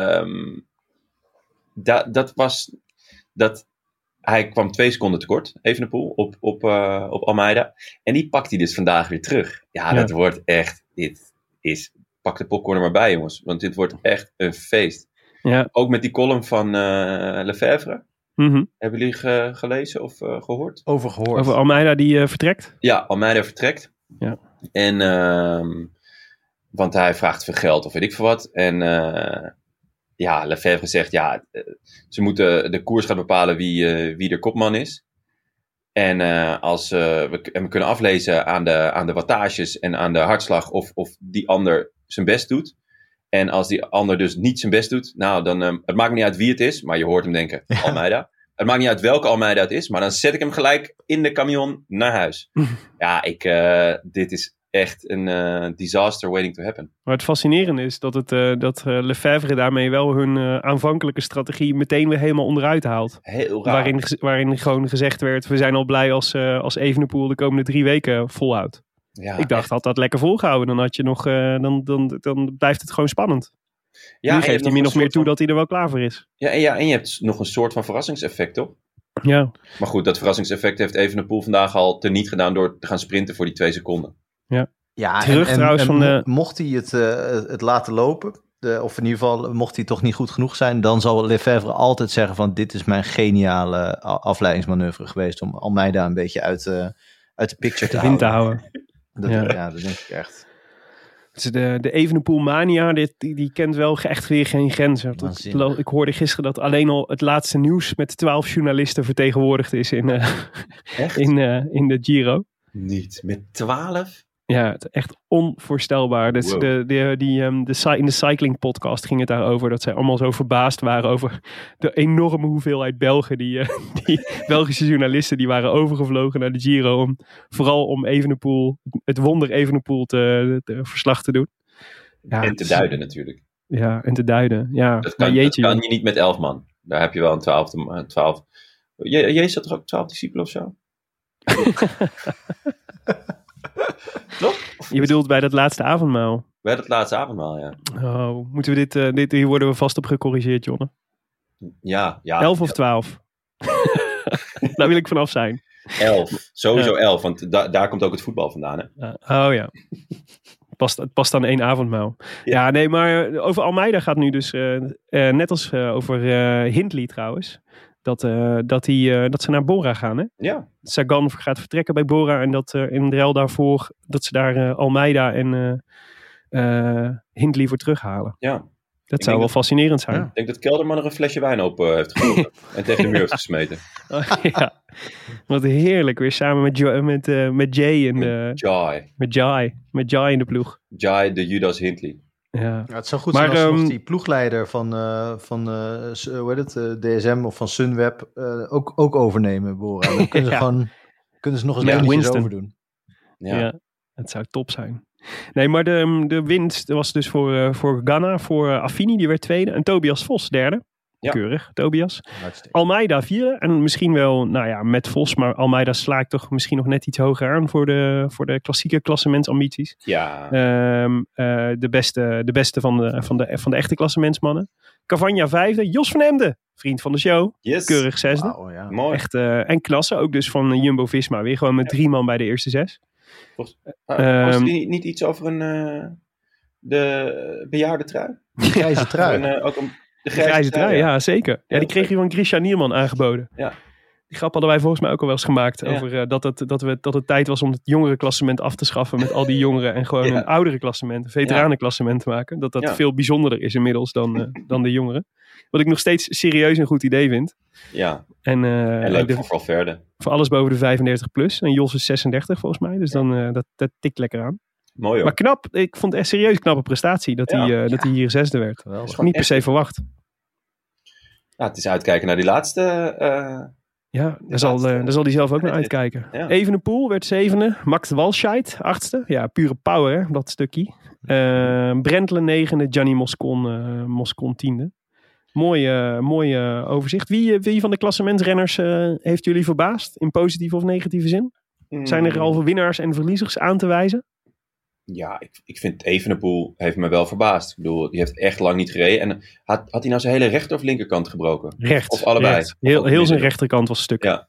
hij kwam 2 seconden tekort, Evenepoel, op Almeida. En die pakt hij dus vandaag weer terug. Ja, dat wordt echt, pak de popcorn er maar bij, jongens. Want dit wordt echt een feest. Ja. Ook met die column van Lefevre. Mm-hmm. Hebben jullie gelezen of gehoord? Over Almeida die vertrekt? Ja, Almeida vertrekt. Ja. En, want hij vraagt veel geld of weet ik veel wat. En Lefevre zegt, ze moeten de koers gaan bepalen wie de kopman is. En we kunnen aflezen aan de wattages en aan de hartslag of die ander zijn best doet. En als die ander dus niet zijn best doet, nou dan, het maakt niet uit wie het is, maar je hoort hem denken, Almeida. Het maakt niet uit welke Almeida het is, maar dan zet ik hem gelijk in de camion naar huis. Dit is echt een disaster waiting to happen. Maar het fascinerende is dat Lefevre daarmee wel hun aanvankelijke strategie meteen weer helemaal onderuit haalt. Heel raar. Waarin gewoon gezegd werd, we zijn al blij als Evenepoel de komende 3 weken volhoudt. Ja, ik dacht, had dat lekker volgehouden, dan had je nog, dan blijft het gewoon spannend. Ja, nu geeft hij min of meer toe dat hij er wel klaar voor is. En je hebt nog een soort van verrassingseffect, toch? Ja. Maar goed, dat verrassingseffect heeft Evenepoel vandaag al teniet gedaan door te gaan sprinten voor die 2 seconden. Ja, mocht hij het laten lopen, of in ieder geval mocht hij toch niet goed genoeg zijn, dan zal Lefevre altijd zeggen van dit is mijn geniale afleidingsmanoeuvre geweest om Almeida een beetje uit de picture te houden. Dat denk ik echt. Dus de Evenepoel-mania, die kent wel echt weer geen grenzen. Ik hoorde gisteren dat alleen al het laatste nieuws met 12 journalisten vertegenwoordigd is in de Giro. Niet, met 12? Ja, het is echt onvoorstelbaar. Dus wow. In de cycling podcast ging het daarover dat zij allemaal zo verbaasd waren over de enorme hoeveelheid Belgen, die Belgische journalisten die waren overgevlogen naar de Giro vooral om Evenepoel, het wonder Evenepoel te verslag te doen. Ja, En te duiden natuurlijk. Ja, en te duiden. Ja, Dat kan je niet met 11 man. Daar heb je wel een 12. Jezus had toch ook 12 discipelen of zo? Toch? Je bedoelt bij dat laatste avondmaal? Bij dat laatste avondmaal, ja. Oh, moeten we hier worden we vast op gecorrigeerd, Jonne. Ja. 11 of 12? Daar wil ik vanaf zijn. 11. Sowieso 11, want daar komt ook het voetbal vandaan, hè? Oh ja. Het past aan 1 avondmaal. Ja, nee, maar over Almeida gaat nu dus, net als over Hindley trouwens, dat ze naar Bora gaan, hè? Ja. Sagan gaat vertrekken bij Bora en dat in de ruil daarvoor dat ze daar Almeida en Hindley voor terughalen. Ja. Dat zou wel fascinerend zijn. Ja. Ik denk dat Kelderman er een flesje wijn op heeft gegooid en tegen de muur heeft gesmeten. Ja, wat heerlijk. Weer samen met Jay in de... Met Jai in de ploeg. Jai de Judas Hindley. Ja. Het zou goed zijn als nog die ploegleider van hoe heet het, DSM of van Sunweb ook overnemen, Bora. Dan kunnen ze nog eens eventjes overdoen. Ja, het zou top zijn. Nee, maar de winst was dus voor Ganna, voor Affini, die werd tweede. En Tobias Vos derde. Ja. Keurig, Tobias. Almeida vierde. En misschien wel, met Vos, maar Almeida slaakt toch misschien nog net iets hoger aan voor de klassieke klassementsambities. Ja. De beste van de echte klassementsmannen. Cavagna vijfde. Jos van Emden, vriend van de show. Yes. Keurig zesde. Wow, ja. Mooi. Echt, en klasse, ook dus van Jumbo-Visma. Weer gewoon met 3 man bij de eerste 6. Was er niet iets over de bejaarde trui? De grijze trui. De grijze trui, ja zeker. Ja, die kreeg je van Grisha Nierman aangeboden. Ja. Die grap hadden wij volgens mij ook al wel eens gemaakt. Over dat het tijd was om het jongere klassement af te schaffen met al die jongeren. En gewoon een oudere klassement, een veteranenklassement te maken. Dat veel bijzonderder is inmiddels dan de jongeren. Wat ik nog steeds serieus een goed idee vind. Ja, en leuk voor Valverde. Voor alles boven de 35 plus. En Jos is 36 volgens mij. Dus dan dat tikt lekker aan. Mooi hoor. Maar knap, ik vond het echt serieus knappe prestatie dat hij hier zesde werd. Niet per se verwacht. Ja, het is uitkijken naar die laatste. Daar zal hij zelf ook naar uitkijken. Ja. Evenepoel werd zevende. Max Walscheid, achtste. Ja, pure power hè, dat stukje. Brentle negende. Gianni Moscon tiende. Mooi overzicht. Wie van de klassementsrenners heeft jullie verbaasd? In positieve of negatieve zin? Zijn er al winnaars en verliezers aan te wijzen? Ja, ik vind Evenepoel heeft me wel verbaasd. Ik bedoel, die heeft echt lang niet gereden. En had hij nou zijn hele rechter of linkerkant gebroken? Rechts. Of allebei? Rechts. Heel zijn rechterkant was stuk. Ja.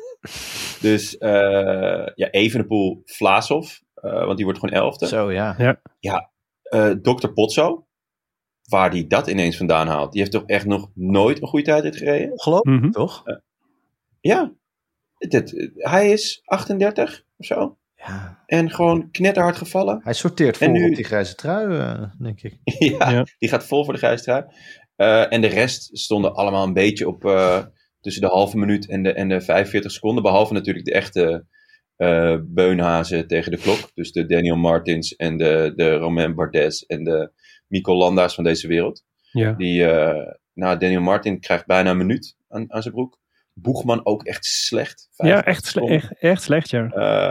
Dus Evenepoel, Vlasov. Want die wordt gewoon 11e. Zo, ja. Ja, Dr. Potso. Waar die dat ineens vandaan haalt. Die heeft toch echt nog nooit een goede tijdrit gereden? Ongelooflijk, toch? Ja. Hij is 38 of zo. Ja. En gewoon knetterhard gevallen. Hij sorteert vol op die grijze trui, denk ik. Die gaat vol voor de grijze trui. En de rest stonden allemaal een beetje op tussen de halve minuut en de 45 seconden. Behalve natuurlijk de echte beunhazen tegen de klok. Dus de Daniel Martins en de Romain Bardet en de Mikko Landa's van deze wereld. Ja. Daniel Martin krijgt bijna een minuut aan zijn broek. Boegman ook echt slecht. Ja, echt slecht, ja.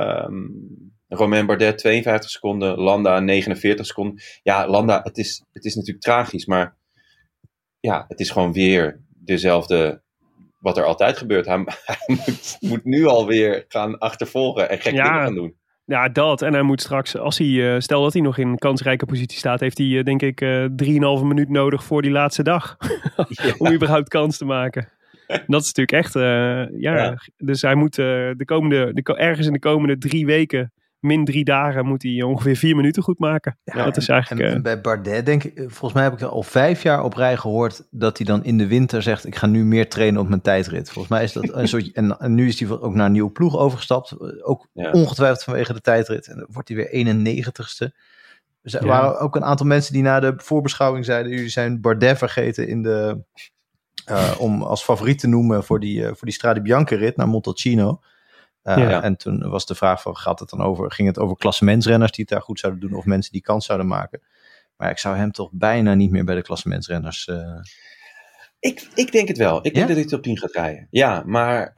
Romain Bardet 52 seconden. Landa 49 seconden. Ja, Landa, het is natuurlijk tragisch. Maar ja, het is gewoon weer dezelfde wat er altijd gebeurt. Hij moet nu alweer gaan achtervolgen en gek dingen gaan doen. Ja, dat. En hij moet straks, stel dat hij nog in een kansrijke positie staat, heeft hij denk ik 3,5 minuut nodig voor die laatste dag. Om überhaupt kans te maken. Dat is natuurlijk echt, Dus hij moet ergens in de komende 3 weken, min 3 dagen, moet hij ongeveer 4 minuten goed maken. Ja, dat is eigenlijk... En bij Bardet, denk ik, volgens mij heb ik al 5 jaar op rij gehoord dat hij dan in de winter zegt, ik ga nu meer trainen op mijn tijdrit. Volgens mij is dat een soort... En nu is hij ook naar een nieuwe ploeg overgestapt. Ook ongetwijfeld vanwege de tijdrit. En dan wordt hij weer 91ste. Er waren ook een aantal mensen die na de voorbeschouwing zeiden... jullie zijn Bardet vergeten in de... om als favoriet te noemen voor die Strade Bianche rit naar Montalcino. En toen was de vraag van, ging het over klassementsrenners die het daar goed zouden doen of mensen die kans zouden maken? Maar ik zou hem toch bijna niet meer bij de klassementsrenners... Ik denk het wel. Ik denk dat hij top 10 gaat rijden. Ja, maar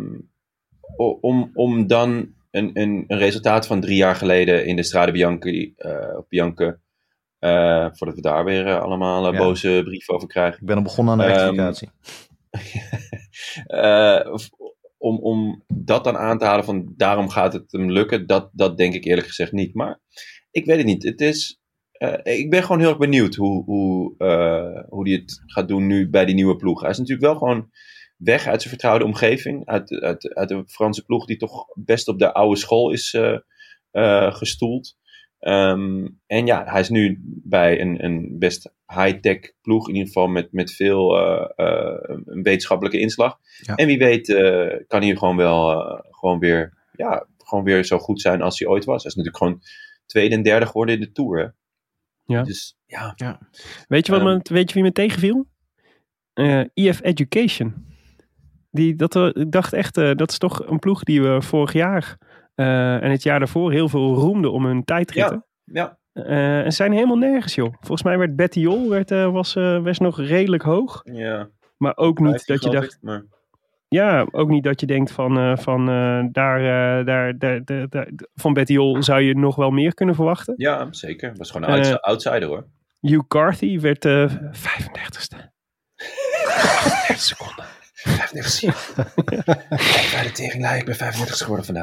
om dan een resultaat van 3 jaar geleden in de Strade Bianche... voordat we daar weer allemaal boze brieven over krijgen. Ik ben al begonnen aan de rectificatie. Om dat dan aan te halen van daarom gaat het hem lukken, dat denk ik eerlijk gezegd niet. Maar ik weet het niet. Het is, ik ben gewoon heel erg benieuwd hoe hij het gaat doen nu bij die nieuwe ploeg. Hij is natuurlijk wel gewoon weg uit zijn vertrouwde omgeving. Uit de Franse ploeg die toch best op de oude school is gestoeld. En ja, hij is nu bij een best high-tech ploeg, in ieder geval met veel een wetenschappelijke inslag. Ja. En wie weet kan hij gewoon weer zo goed zijn als hij ooit was. Hij is natuurlijk gewoon 2e en 3e geworden in de Tour. Hè? Ja. Dus ja. Weet je wie me tegenviel? EF Education. Ik dacht echt, dat is toch een ploeg die we vorig jaar en het jaar daarvoor heel veel roemden om hun tijdritten. Ja. En zijn helemaal nergens, joh. Volgens mij werd Bettiol was nog redelijk hoog. Ja. Maar ook niet dat je dacht... Ja, ook niet dat je denkt van Bettiol zou je nog wel meer kunnen verwachten. Ja, zeker. Was gewoon een outsider, hoor. Hugh Carthy werd 35ste. 38 seconden. 35. Kijk bij de tegenlijn, ik ben 35 geworden vandaag.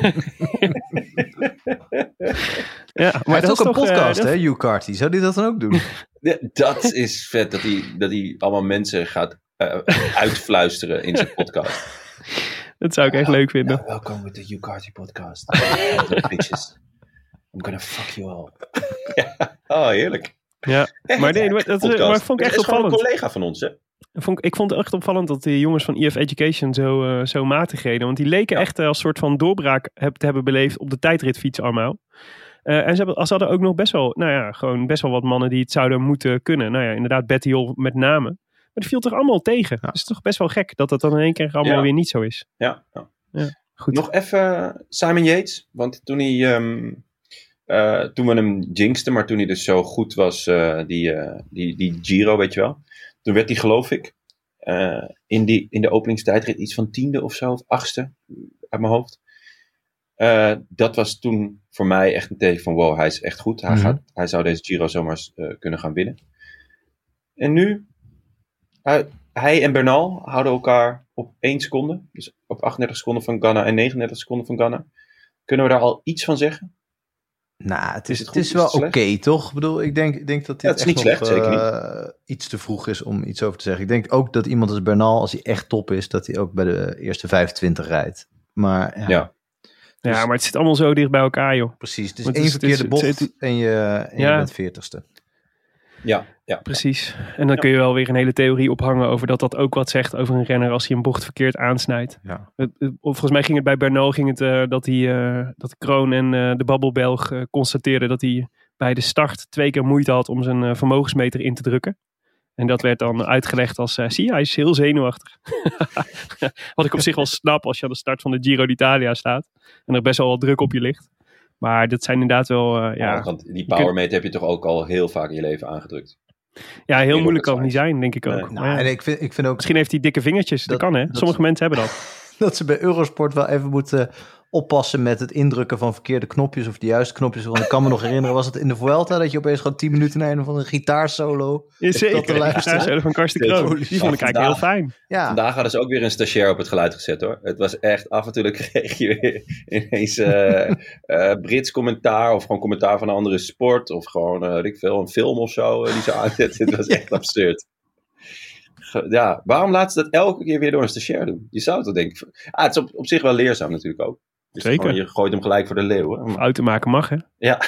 Ja, maar dat is ook een podcast, hè, Hugh Carthy. Zou die dat dan ook doen? Ja, dat is vet, dat hij allemaal mensen gaat uitfluisteren in zijn podcast. Dat zou ik echt leuk vinden. Nou, welkom bij de Hugh Carthy podcast. Bitches. I'm gonna fuck you all. Oh, heerlijk. Ja, maar dat vond ik echt opvallend. Het is gewoon een collega van ons, hè? Ik vond het echt opvallend dat de jongens van EF Education zo matig reden. Want die leken echt als soort van doorbraak te hebben beleefd op de tijdritfiets allemaal. En ze hadden ook nog best wel wat mannen die het zouden moeten kunnen. Nou ja, inderdaad Bettiol met name. Maar die viel toch allemaal tegen. Ja. Dus het is toch best wel gek dat het dan in één keer allemaal weer niet zo is. Ja. Goed. Nog even Simon Yates. Want toen we hem jinxten, maar toen hij dus zo goed was, die Giro, weet je wel. Toen werd hij, geloof ik, in de openingstijdrit iets van 10e of zo, of 8e uit mijn hoofd. Dat was toen voor mij echt een teken van wow, hij is echt goed. Hij zou deze Giro zomaar kunnen gaan winnen. En nu, hij en Bernal houden elkaar op 1 seconde. Dus op 38 seconden van Ganna en 39 seconden van Ganna. Kunnen we daar al iets van zeggen? Nou, het is wel oké, toch? Ik bedoel, ik denk dat dit echt nog iets te vroeg is om iets over te zeggen. Ik denk ook dat iemand als Bernal, als hij echt top is, dat hij ook bij de eerste 25 rijdt. Maar ja, maar het zit allemaal zo dicht bij elkaar, joh. Precies, het is één verkeerde bocht en je bent 40ste. Ja. Precies. En dan kun je wel weer een hele theorie ophangen over dat ook wat zegt over een renner als hij een bocht verkeerd aansnijdt. Ja. Volgens mij ging het bij Bernal dat Kroon en de Babbelbelg constateerden dat hij bij de start 2 keer moeite had om zijn vermogensmeter in te drukken. En dat werd dan uitgelegd als, hij is heel zenuwachtig. Wat ik op zich wel snap als je aan de start van de Giro d'Italia staat en er best wel wat druk op je ligt. Maar dat zijn inderdaad wel... die powermeter heb je toch ook al heel vaak in je leven aangedrukt. Ja, heel moeilijk kan het niet zijn, denk ik ook. Nee. En ik vind ook... Misschien heeft hij dikke vingertjes. Dat kan, hè? Sommige mensen hebben dat. Dat ze bij Eurosport wel even moeten oppassen met het indrukken van verkeerde knopjes of de juiste knopjes. Want ik kan me nog herinneren, was het in de Vuelta dat je opeens gewoon 10 minuten naar een van een gitaarsolo gitaarsolo van Karsten Kroon. Die vond ik eigenlijk heel fijn. Ja. Vandaag hadden ze ook weer een stagiair op het geluid gezet, hoor. Het was echt, af en toe kreeg je weer ineens Brits commentaar of gewoon commentaar van een andere sport of gewoon, een film of zo die ze aanzetten. Het was echt absurd. Ja, waarom laten ze dat elke keer weer door een stagiair doen? Je zou het denken. Het is op zich wel leerzaam natuurlijk ook. Dus zeker. Gewoon, je gooit hem gelijk voor de leeuw. Hè? Uit te maken mag, hè? Ja.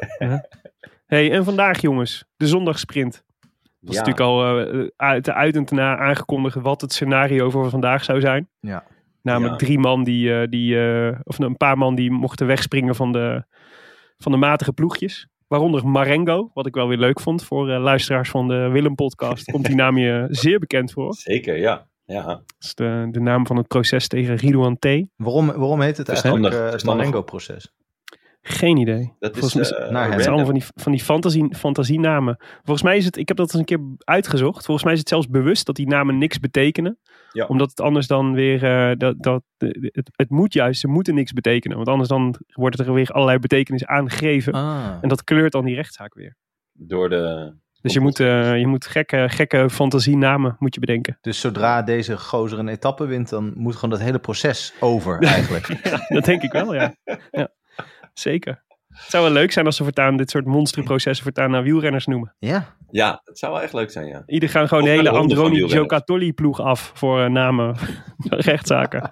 Hey, en vandaag, jongens, de zondagsprint. Dat is natuurlijk al uit en te na aangekondigd wat het scenario voor vandaag zou zijn. Ja. Namelijk 3 man of een paar man die mochten wegspringen van de matige ploegjes. Waaronder Marengo, wat ik wel weer leuk vond voor luisteraars van de Willem-podcast. Komt die naam je zeer bekend voor. Zeker, ja. Dat is de naam van het proces tegen Ridouan T. Waarom heet het Verstandig, eigenlijk het verstandig. Marengo-proces? Geen idee. Dat is Volgens mij- naar hem. Het zijn random. allemaal van die fantasienamen. Volgens mij is het, ik heb dat eens een keer uitgezocht. Volgens mij is het zelfs bewust dat die namen niks betekenen. Ja. Omdat het anders dan weer, het moet juist, ze moeten niks betekenen. Want anders dan wordt er weer allerlei betekenis aangegeven. En dat kleurt dan die rechtszaak weer. Door de... Dus je moet gekke fantasienamen moet je bedenken. Dus zodra deze gozer een etappe wint, dan moet gewoon dat hele proces over eigenlijk. Dat denk ik wel, ja. Zeker. Het zou wel leuk zijn als ze voortaan dit soort monsterprocessen voortaan naar wielrenners noemen. Ja. Ja, het zou wel echt leuk zijn, ja. Ieder gaan gewoon Of de hele naar de ronde van Androni wielrenners. Giocattoli ploeg af voor namen rechtszaken.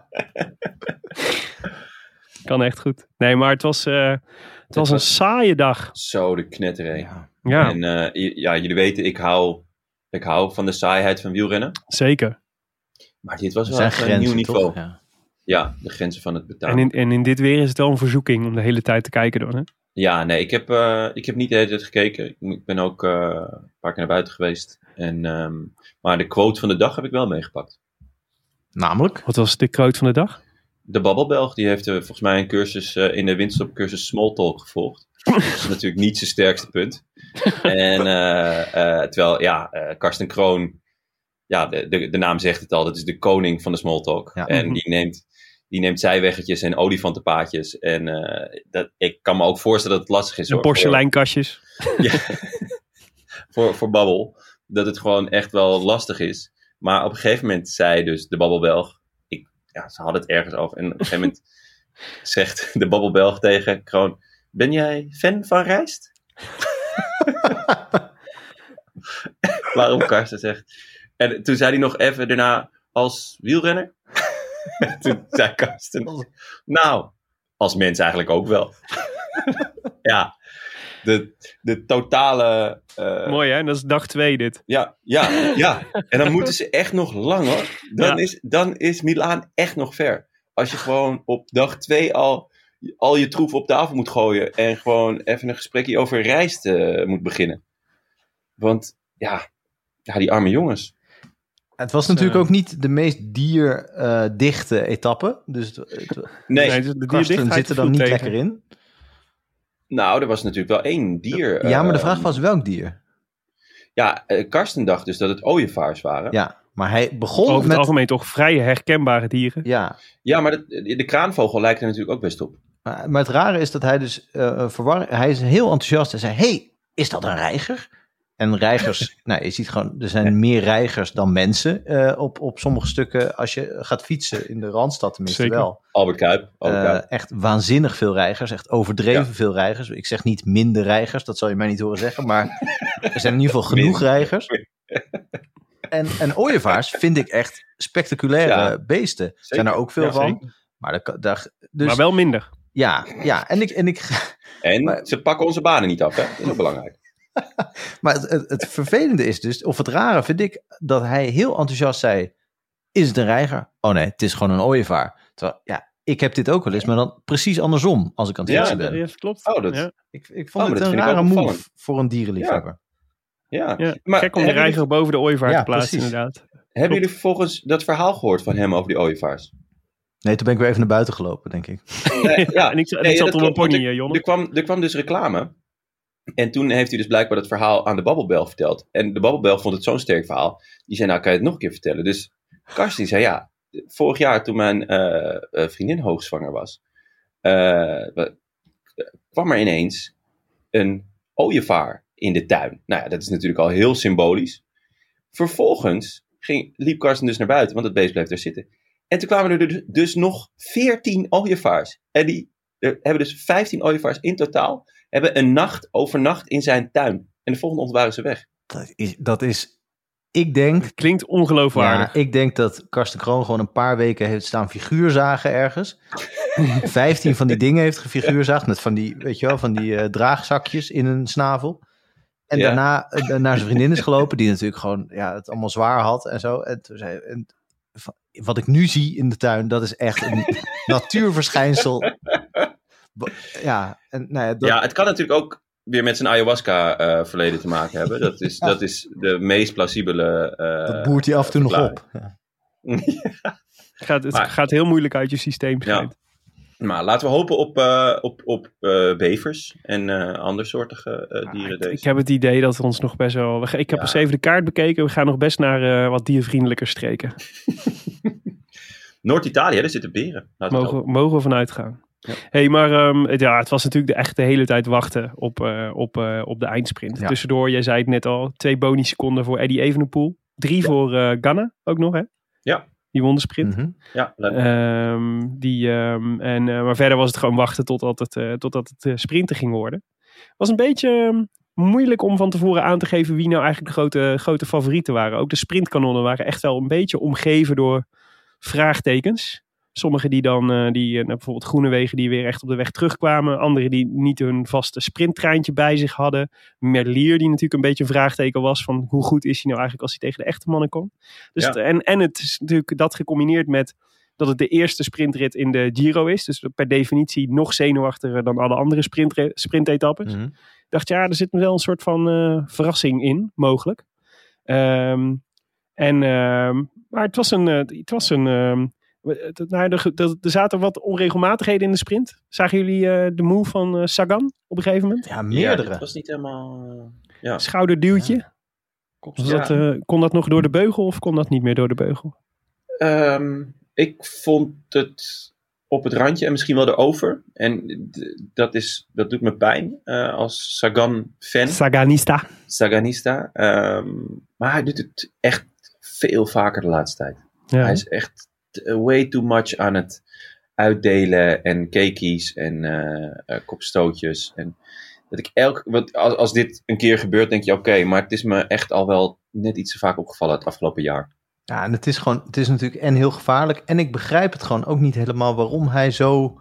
Kan echt goed. Nee, maar het was een saaie dag. Zo de knetteré. Ja. Ja, En jullie weten, ik hou van de saaiheid van wielrennen. zeker. Maar dit was Er wel zijn echt een grenzen, nieuw niveau. toch? Ja. Ja, de grenzen van het betalen. En in dit weer is het wel een verzoeking om de hele tijd te kijken dan. Hè? Ja, nee, ik heb niet de hele tijd gekeken. Ik ben ook een paar keer naar buiten geweest. Maar de quote van de dag heb ik wel meegepakt. Namelijk? Wat was de quote van de dag? De Babbelbelg, die heeft volgens mij een cursus in de winterstopcursus Smalltalk gevolgd. Dat is natuurlijk niet zijn sterkste punt. En terwijl, Karsten Kroon, ja, de naam zegt het al, dat is de koning van de Smalltalk. Ja. En die neemt zijweggetjes en olifantenpaadjes. En ik kan me ook voorstellen dat het lastig is. En hoor, porseleinkastjes. Ja, voor Babbel. Dat het gewoon echt wel lastig is. Maar op een gegeven moment zei dus de Babbelbelg. Ze hadden het ergens over. En op een gegeven moment zegt de Babbelbelg tegen Kroon: ben jij fan van rijst? Waarop Karsten zegt. En toen zei hij nog even daarna: als wielrenner? Toen zei Karsten: nou, als mens eigenlijk ook wel. Ja. De totale... Mooi hè, dat is dag 2 dit. Ja. En dan moeten ze echt nog lang hoor. Dan is Milaan echt nog ver. Als je gewoon op dag 2 al je troef op tafel moet gooien. En gewoon even een gesprekje over rijst moet beginnen. Want die arme jongens. Het was natuurlijk ook niet de meest dierdichte etappe. Dus Nee, de Karsten zit er dan niet lekker in. Nou, er was natuurlijk wel 1 dier. Ja, maar de vraag was welk dier? Ja, Karsten dacht dus dat het ooievaars waren. Ja, maar hij begon Over het met... algemeen toch vrij herkenbare dieren. Ja, maar de kraanvogel lijkt er natuurlijk ook best op. Maar het rare is dat hij dus hij is heel enthousiast en zei: hey, is dat een reiger? En reigers, je ziet gewoon, er zijn meer reigers dan mensen op sommige stukken. Als je gaat fietsen in de Randstad tenminste Zeker. wel. Albert Kuip. Echt waanzinnig veel reigers, echt overdreven veel reigers. Ik zeg niet minder reigers, dat zal je mij niet horen zeggen, maar er zijn in ieder geval genoeg reigers. En ooievaars vind ik echt spectaculaire beesten. Zeker. Zijn er ook veel van. zeker. Maar, Maar wel minder. Ja, en Ze pakken onze banen niet af, hè? Dat is ook belangrijk. Maar het vervelende is dus, of het rare vind ik, dat hij heel enthousiast zei: is het een reiger? Oh nee, het is gewoon een ooievaar. Terwijl, ik heb dit ook wel eens, maar dan precies andersom als ik aan het fietsen ben. Ja, klopt. Oh, dat... Ja. Ik vond het dat een vind ik rare ook move opvallend. voor een dierenliefhebber. Ja. Ja, Maar gek om de hebben reiger boven de ooievaar Ja, te plaatsen precies. inderdaad. Hebben jullie vervolgens dat verhaal gehoord van hem over die ooievaars? Nee, toen ben ik weer even naar buiten gelopen, denk ik. En ik zat op een pony, Jonne. Er kwam dus reclame. En toen heeft hij dus blijkbaar dat verhaal aan de Babbelbelg verteld. En de Babbelbelg vond het zo'n sterk verhaal. Die zei, nou kan je het nog een keer vertellen. Dus Karsten zei, vorig jaar toen mijn vriendin hoogzwanger was, kwam er ineens een ooievaar in de tuin. Nou ja, dat is natuurlijk al heel symbolisch. Vervolgens liep Karsten dus naar buiten, want het beest bleef daar zitten. En toen kwamen er dus nog 14 ooievaars. En die hebben dus 15 ooievaars in totaal. Hebben een nacht overnacht in zijn tuin. En de volgende ochtend waren ze weg. Dat is, ik denk... Klinkt ongeloofwaardig. Ja, ik denk dat Karsten Kroon gewoon een paar weken heeft staan figuurzagen ergens. 15 van die dingen heeft gefiguurzaagd met van die, weet je wel, van die draagzakjes in een snavel. En daarna naar zijn vriendin is gelopen, die natuurlijk gewoon het allemaal zwaar had en zo. En toen zei wat ik nu zie in de tuin, dat is echt een natuurverschijnsel. Ja, het kan natuurlijk ook weer met zijn ayahuasca verleden te maken hebben. Dat is de meest plausibele dat boert hij af en toe nog op. Ja. Het gaat heel moeilijk uit je systeem. Ja. Maar laten we hopen op bevers en andersoortige dieren. Ik heb het idee dat we ons nog best wel... Ik heb pas even de kaart bekeken. We gaan nog best naar wat diervriendelijker streken. Noord-Italië, daar zitten beren. Mogen we vanuit gaan. Ja. Hey, maar het was natuurlijk de hele tijd wachten op de eindsprint. Ja. Tussendoor, jij zei het net al, 2 bonusseconden voor Eddie Evenepoel. 3 voor Ganna ook nog, hè? Ja. Die won de sprint. Mm-hmm. Ja, maar verder was het gewoon wachten totdat het sprinten ging worden. Het was een beetje moeilijk om van tevoren aan te geven wie nou eigenlijk de grote favorieten waren. Ook de sprintkanonnen waren echt wel een beetje omgeven door vraagtekens. Sommigen die dan, bijvoorbeeld Groenewegen die weer echt op de weg terugkwamen. Anderen die niet hun vaste sprinttreintje bij zich hadden. Merlier die natuurlijk een beetje een vraagteken was van hoe goed is hij nou eigenlijk als hij tegen de echte mannen komt. Dus en het is natuurlijk dat gecombineerd met dat het de eerste sprintrit in de Giro is. Dus per definitie nog zenuwachtiger dan alle andere sprintetappes. Mm-hmm. Ik dacht er zit wel een soort van verrassing in, mogelijk. Maar het was een er zaten wat onregelmatigheden in de sprint. Zagen jullie de move van Sagan op een gegeven moment? Ja, meerdere. Ja, dat was niet helemaal... Schouderduwtje. Ja. Kon dat nog door de beugel of kon dat niet meer door de beugel? Ik vond het op het randje en misschien wel erover. En dat doet me pijn als Sagan-fan. Saganista. Maar hij doet het echt veel vaker de laatste tijd. Ja. Hij is echt way too much aan het uitdelen en cakeys en kopstootjes. En dat ik als dit een keer gebeurt, denk je oké, maar het is me echt al wel net iets te vaak opgevallen het afgelopen jaar. Ja, en het is natuurlijk heel gevaarlijk. En ik begrijp het gewoon ook niet helemaal waarom hij zo...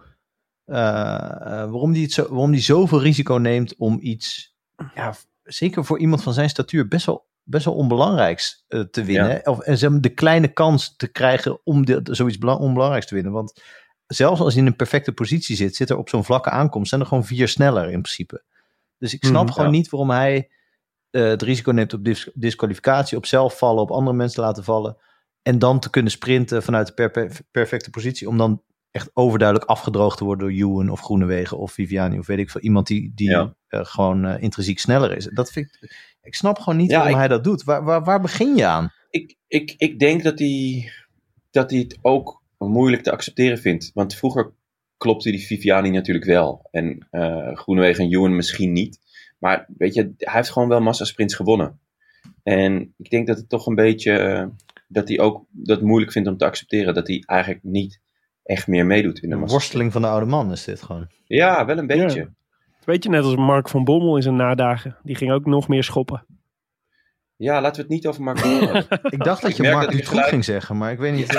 waarom die zoveel risico neemt om iets... Ja, zeker voor iemand van zijn statuur best wel onbelangrijks te winnen. Ja. Of de kleine kans te krijgen om zoiets onbelangrijks te winnen. Want zelfs als hij in een perfecte positie zit er op zo'n vlakke aankomst, zijn er gewoon 4 sneller in principe. Dus ik snap gewoon niet waarom hij het risico neemt op disqualificatie, op zelf vallen, op andere mensen laten vallen. En dan te kunnen sprinten vanuit de perfecte positie. Om dan echt overduidelijk afgedroogd te worden door Ewan of Groenewegen of Viviani. Of weet ik veel. Iemand die gewoon intrinsiek sneller is. Dat vind ik snap gewoon niet waarom hij dat doet. Waar begin je aan? Ik denk dat hij het ook moeilijk te accepteren vindt. Want vroeger klopte die Viviani natuurlijk wel. En Groenewegen en Ewan misschien niet. Maar weet je, hij heeft gewoon wel massasprints gewonnen. En ik denk dat het toch een beetje... dat hij ook dat moeilijk vindt om te accepteren. Dat hij eigenlijk niet echt meer meedoet in de massa. Worsteling van de oude man is dit gewoon. Ja, wel een beetje. Ja. Weet je, net als Mark van Bommel in zijn nadagen. Die ging ook nog meer schoppen. Ja, laten we het niet over Mark van Bommel hebben. Ik dacht dat je Mark Dutroux ging zeggen, maar ik weet niet.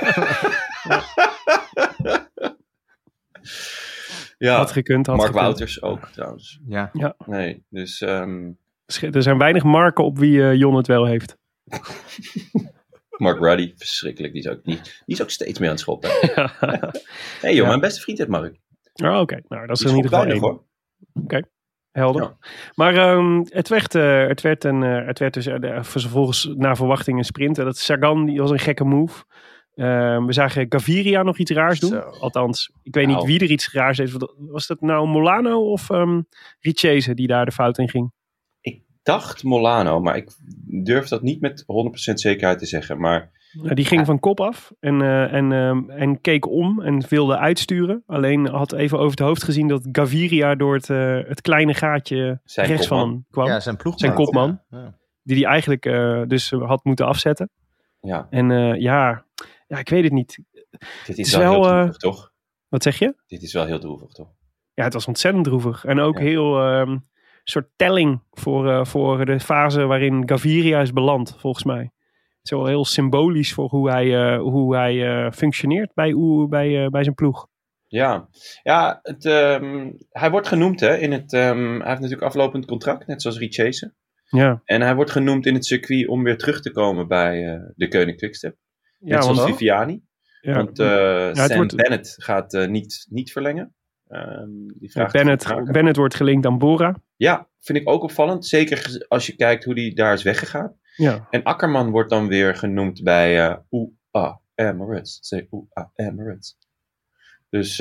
Ja, had gekund. Mark Wouters ook trouwens. Ja. Nee, dus... Er zijn weinig marken op wie Jon het wel heeft. Mark Ruddy, verschrikkelijk. Die is ook steeds meer aan het schoppen. Hey joh, mijn beste vriend is Mark. Oh, oké. Nou, dat is in ieder geval één. Oké. Helder. Ja. Maar het werd dus vervolgens naar verwachting een sprint. Dat Sagan, die was een gekke move. We zagen Gaviria nog iets raars doen. Zo. Althans, ik weet niet wie er iets raars heeft. Was dat nou Molano of Richese die daar de fout in ging? Ik dacht Molano, maar ik durf dat niet met 100% zekerheid te zeggen. Maar die ging van kop af en keek om en wilde uitsturen. Alleen had even over het hoofd gezien dat Gaviria door het kleine gaatje rechts van hem kwam. Ja, zijn ploegman. Zijn kopman. Ja. Die hij eigenlijk dus had moeten afzetten. Ja. En ik weet het niet. Dit is wel heel droevig, toch? Wat zeg je? Dit is wel heel droevig, toch? Ja, het was ontzettend droevig. En ook heel soort telling voor de fase waarin Gaviria is beland, volgens mij. Het is wel heel symbolisch voor hoe hij functioneert bij zijn ploeg. Ja, hij wordt genoemd hè, hij heeft natuurlijk aflopend contract, net zoals Richese. Ja. En hij wordt genoemd in het circuit om weer terug te komen bij de Koning Quickstep. Net zoals Viviani. Ja. Want Sam Bennett gaat niet verlengen. Die vraagt te maken. Bennett wordt gelinkt aan Bora. Ja, vind ik ook opvallend. Zeker als je kijkt hoe die daar is weggegaan. Ja. En Akkerman wordt dan weer genoemd bij Emirates. Zeg Emirates. Dus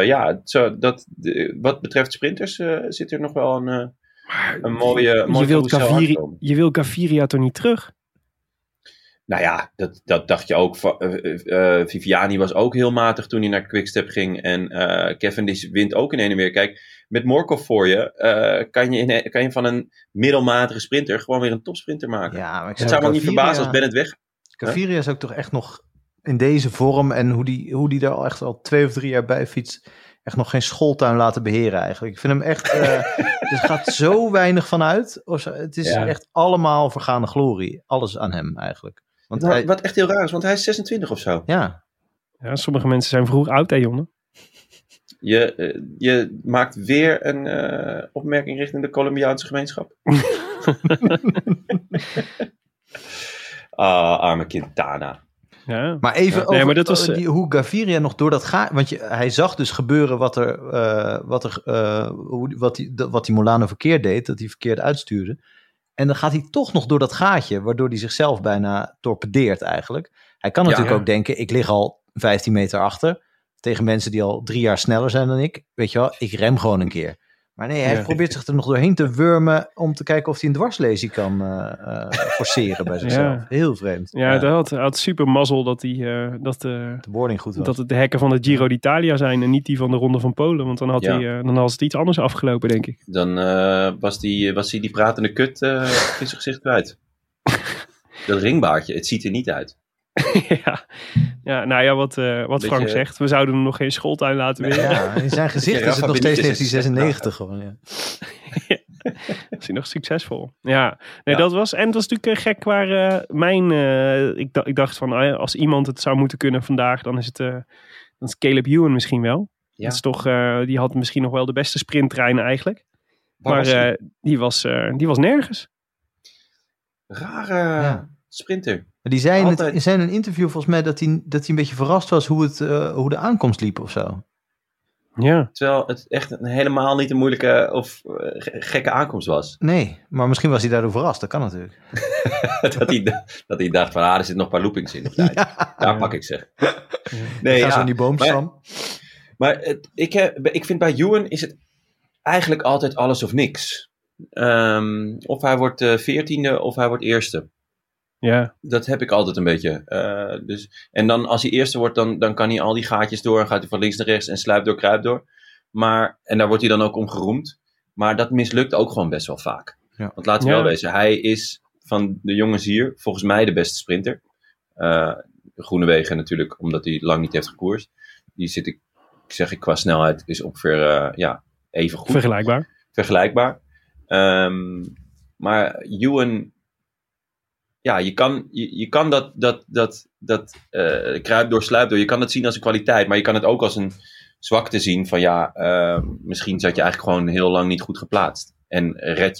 wat betreft sprinters zit er nog wel een mooie je wilt Gaviria toch niet terug? Nou ja, dat dacht je ook. Viviani was ook heel matig toen hij naar Quickstep ging. En Cavendish wint ook in heen en weer. Kijk, met Morkov voor je kan je van een middelmatige sprinter gewoon weer een topsprinter maken. Ja, maar het zou me niet verbazen als Bennett weg. Gaviria is ook toch echt nog in deze vorm en hoe die daar echt al 2 of 3 jaar bij fietst, echt nog geen schooltuin laten beheren eigenlijk. Ik vind hem echt, er gaat zo weinig van uit. Het is echt allemaal vergaande glorie. Alles aan hem eigenlijk. Want wat echt heel raar is, want hij is 26 of zo. Ja, sommige mensen zijn vroeg oud, hè, Jonne? Je maakt weer een opmerking richting de Colombiaanse gemeenschap. Arme Quintana. Ja. Maar even over hoe Gaviria nog door dat gaat. Want hij zag dus gebeuren wat die Molano verkeerd deed. Dat hij verkeerd uitstuurde. En dan gaat hij toch nog door dat gaatje. Waardoor hij zichzelf bijna torpedeert eigenlijk. Hij kan natuurlijk ook denken. Ik lig al 15 meter achter. Tegen mensen die al 3 jaar sneller zijn dan ik. Weet je wel, ik rem gewoon een keer. Maar nee, hij probeert zich er nog doorheen te wurmen om te kijken of hij een dwarslesie kan forceren bij zichzelf. Ja. Heel vreemd. Ja, hij had super mazzel dat de boarding goed was. Dat het de hekken van de Giro d'Italia zijn en niet die van de Ronde van Polen. Want dan was het iets anders afgelopen, denk ik. Dan was die pratende kut in zijn gezicht kwijt. Dat ringbaardje, het ziet er niet uit. Wat Frank zegt. We zouden hem nog geen schooltuin laten winnen. Ja, in zijn gezicht is het nog steeds 1996 gewoon. Ja. Is hij nog succesvol? Ja, nee, dat was. En het was natuurlijk gek waar ik dacht van, als iemand het zou moeten kunnen vandaag, dan is het Caleb Ewan misschien wel. Ja. Dat is toch, die had misschien nog wel de beste sprinttreinen eigenlijk. Maar die was nergens. Rare sprinter. Die zei in een interview volgens mij dat hij een beetje verrast was hoe de aankomst liep of zo. Ja. Terwijl het echt helemaal niet een moeilijke of gekke aankomst was. Nee, maar misschien was hij daardoor verrast. Dat kan natuurlijk. dat hij dacht van, er zitten nog een paar loopings in. Daar pak ik ze. Nee, ga zo in die boomstam. Maar ik vind bij Ewan is het eigenlijk altijd alles of niks. Of hij wordt 14e of hij wordt eerste. Ja. Dat heb ik altijd een beetje. En dan als hij eerste wordt, dan kan hij al die gaatjes door en gaat hij van links naar rechts en sluipt door, kruipt door. En daar wordt hij dan ook om geroemd. Maar dat mislukt ook gewoon best wel vaak. Ja. Want laten we wel wezen, hij is van de jongens hier volgens mij de beste sprinter. Groenewegen natuurlijk, omdat hij lang niet heeft gekoerst. Die zit ik qua snelheid, is ongeveer even goed. Vergelijkbaar. Maar Ewan... Ja, je kan dat kruip door, sluip door. Je kan het zien als een kwaliteit, maar je kan het ook als een zwakte zien van misschien zat je eigenlijk gewoon heel lang niet goed geplaatst. En red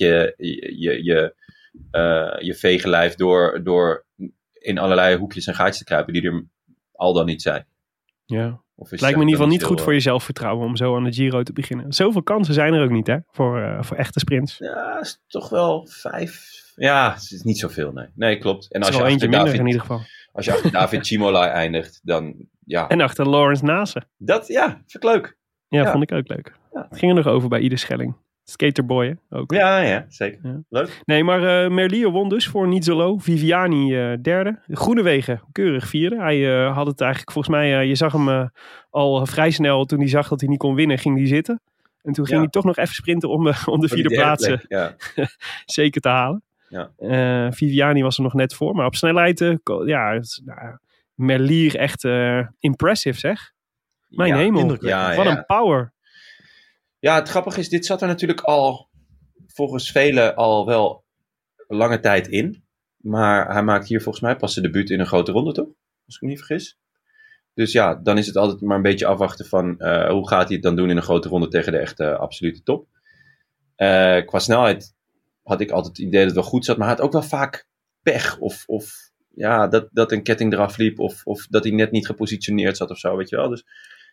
je vegenlijf door in allerlei hoekjes en gaatjes te kruipen die er al dan niet zijn. Ja. Het lijkt me in ieder geval niet goed voor je zelfvertrouwen om zo aan de Giro te beginnen. Zoveel kansen zijn er ook niet, hè? Voor echte sprints. Ja, is toch wel 5. Ja, het is niet zoveel, nee. Nee, klopt. En als je eentje minder in ieder geval. Als je achter David Cimolai eindigt, dan ja. En achter Lawrence Nase. Dat, vind ik leuk. Ja, vond ik ook leuk. Ja. Het ging er nog over bij Ieder Schelling. Skaterboy, hè? Ook. Ja, zeker. Ja. Leuk. Nee, maar Merlier won dus voor Nizzolo. Viviani derde. Groenewegen keurig vierde. Hij had het eigenlijk, volgens mij, je zag hem al vrij snel, toen hij zag dat hij niet kon winnen, ging hij zitten. En toen ging hij toch nog even sprinten om de vierde plaats zeker te halen. Ja. Viviani was er nog net voor, maar op snelheid, Merlier echt impressive, zeg. Mijn hemel, wat een power. Ja, het grappige is, dit zat er natuurlijk al volgens velen al wel lange tijd in. Maar hij maakt hier volgens mij pas zijn debuut in een grote ronde, toch? Als ik me niet vergis. Dus ja, dan is het altijd maar een beetje afwachten van hoe gaat hij het dan doen in een grote ronde tegen de echte absolute top. Qua snelheid had ik altijd het idee dat het wel goed zat, maar hij had ook wel vaak pech. Of dat een ketting eraf liep, of dat hij net niet gepositioneerd zat of zo, weet je wel. Dus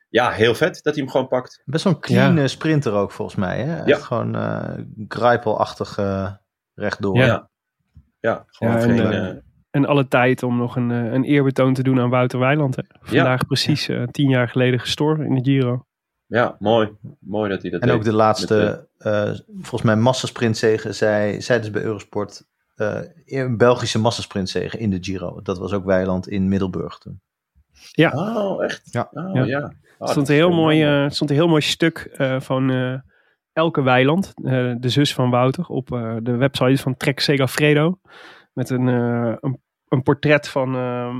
ja, heel vet dat hij hem gewoon pakt. Best wel een clean sprinter ook volgens mij. Hè? Ja. Echt gewoon Greipel-achtig rechtdoor. Ja, gewoon geen... En alle tijd om nog een eerbetoon te doen aan Wouter Weiland. Hè. Vandaag precies 10 jaar geleden gestorven in de Giro. Ja, mooi. Mooi dat hij dat En deed. ook de laatste, volgens mij massassprintzege, zei dus bij Eurosport, een Belgische massassprintzege in de Giro. Dat was ook Weiland in Middelburg toen. Ja. Oh, echt? Ja. Ja. Er stond een heel mooi stuk van Elke Weiland, de zus van Wouter, op de website van Trek Segafredo. Met een portret van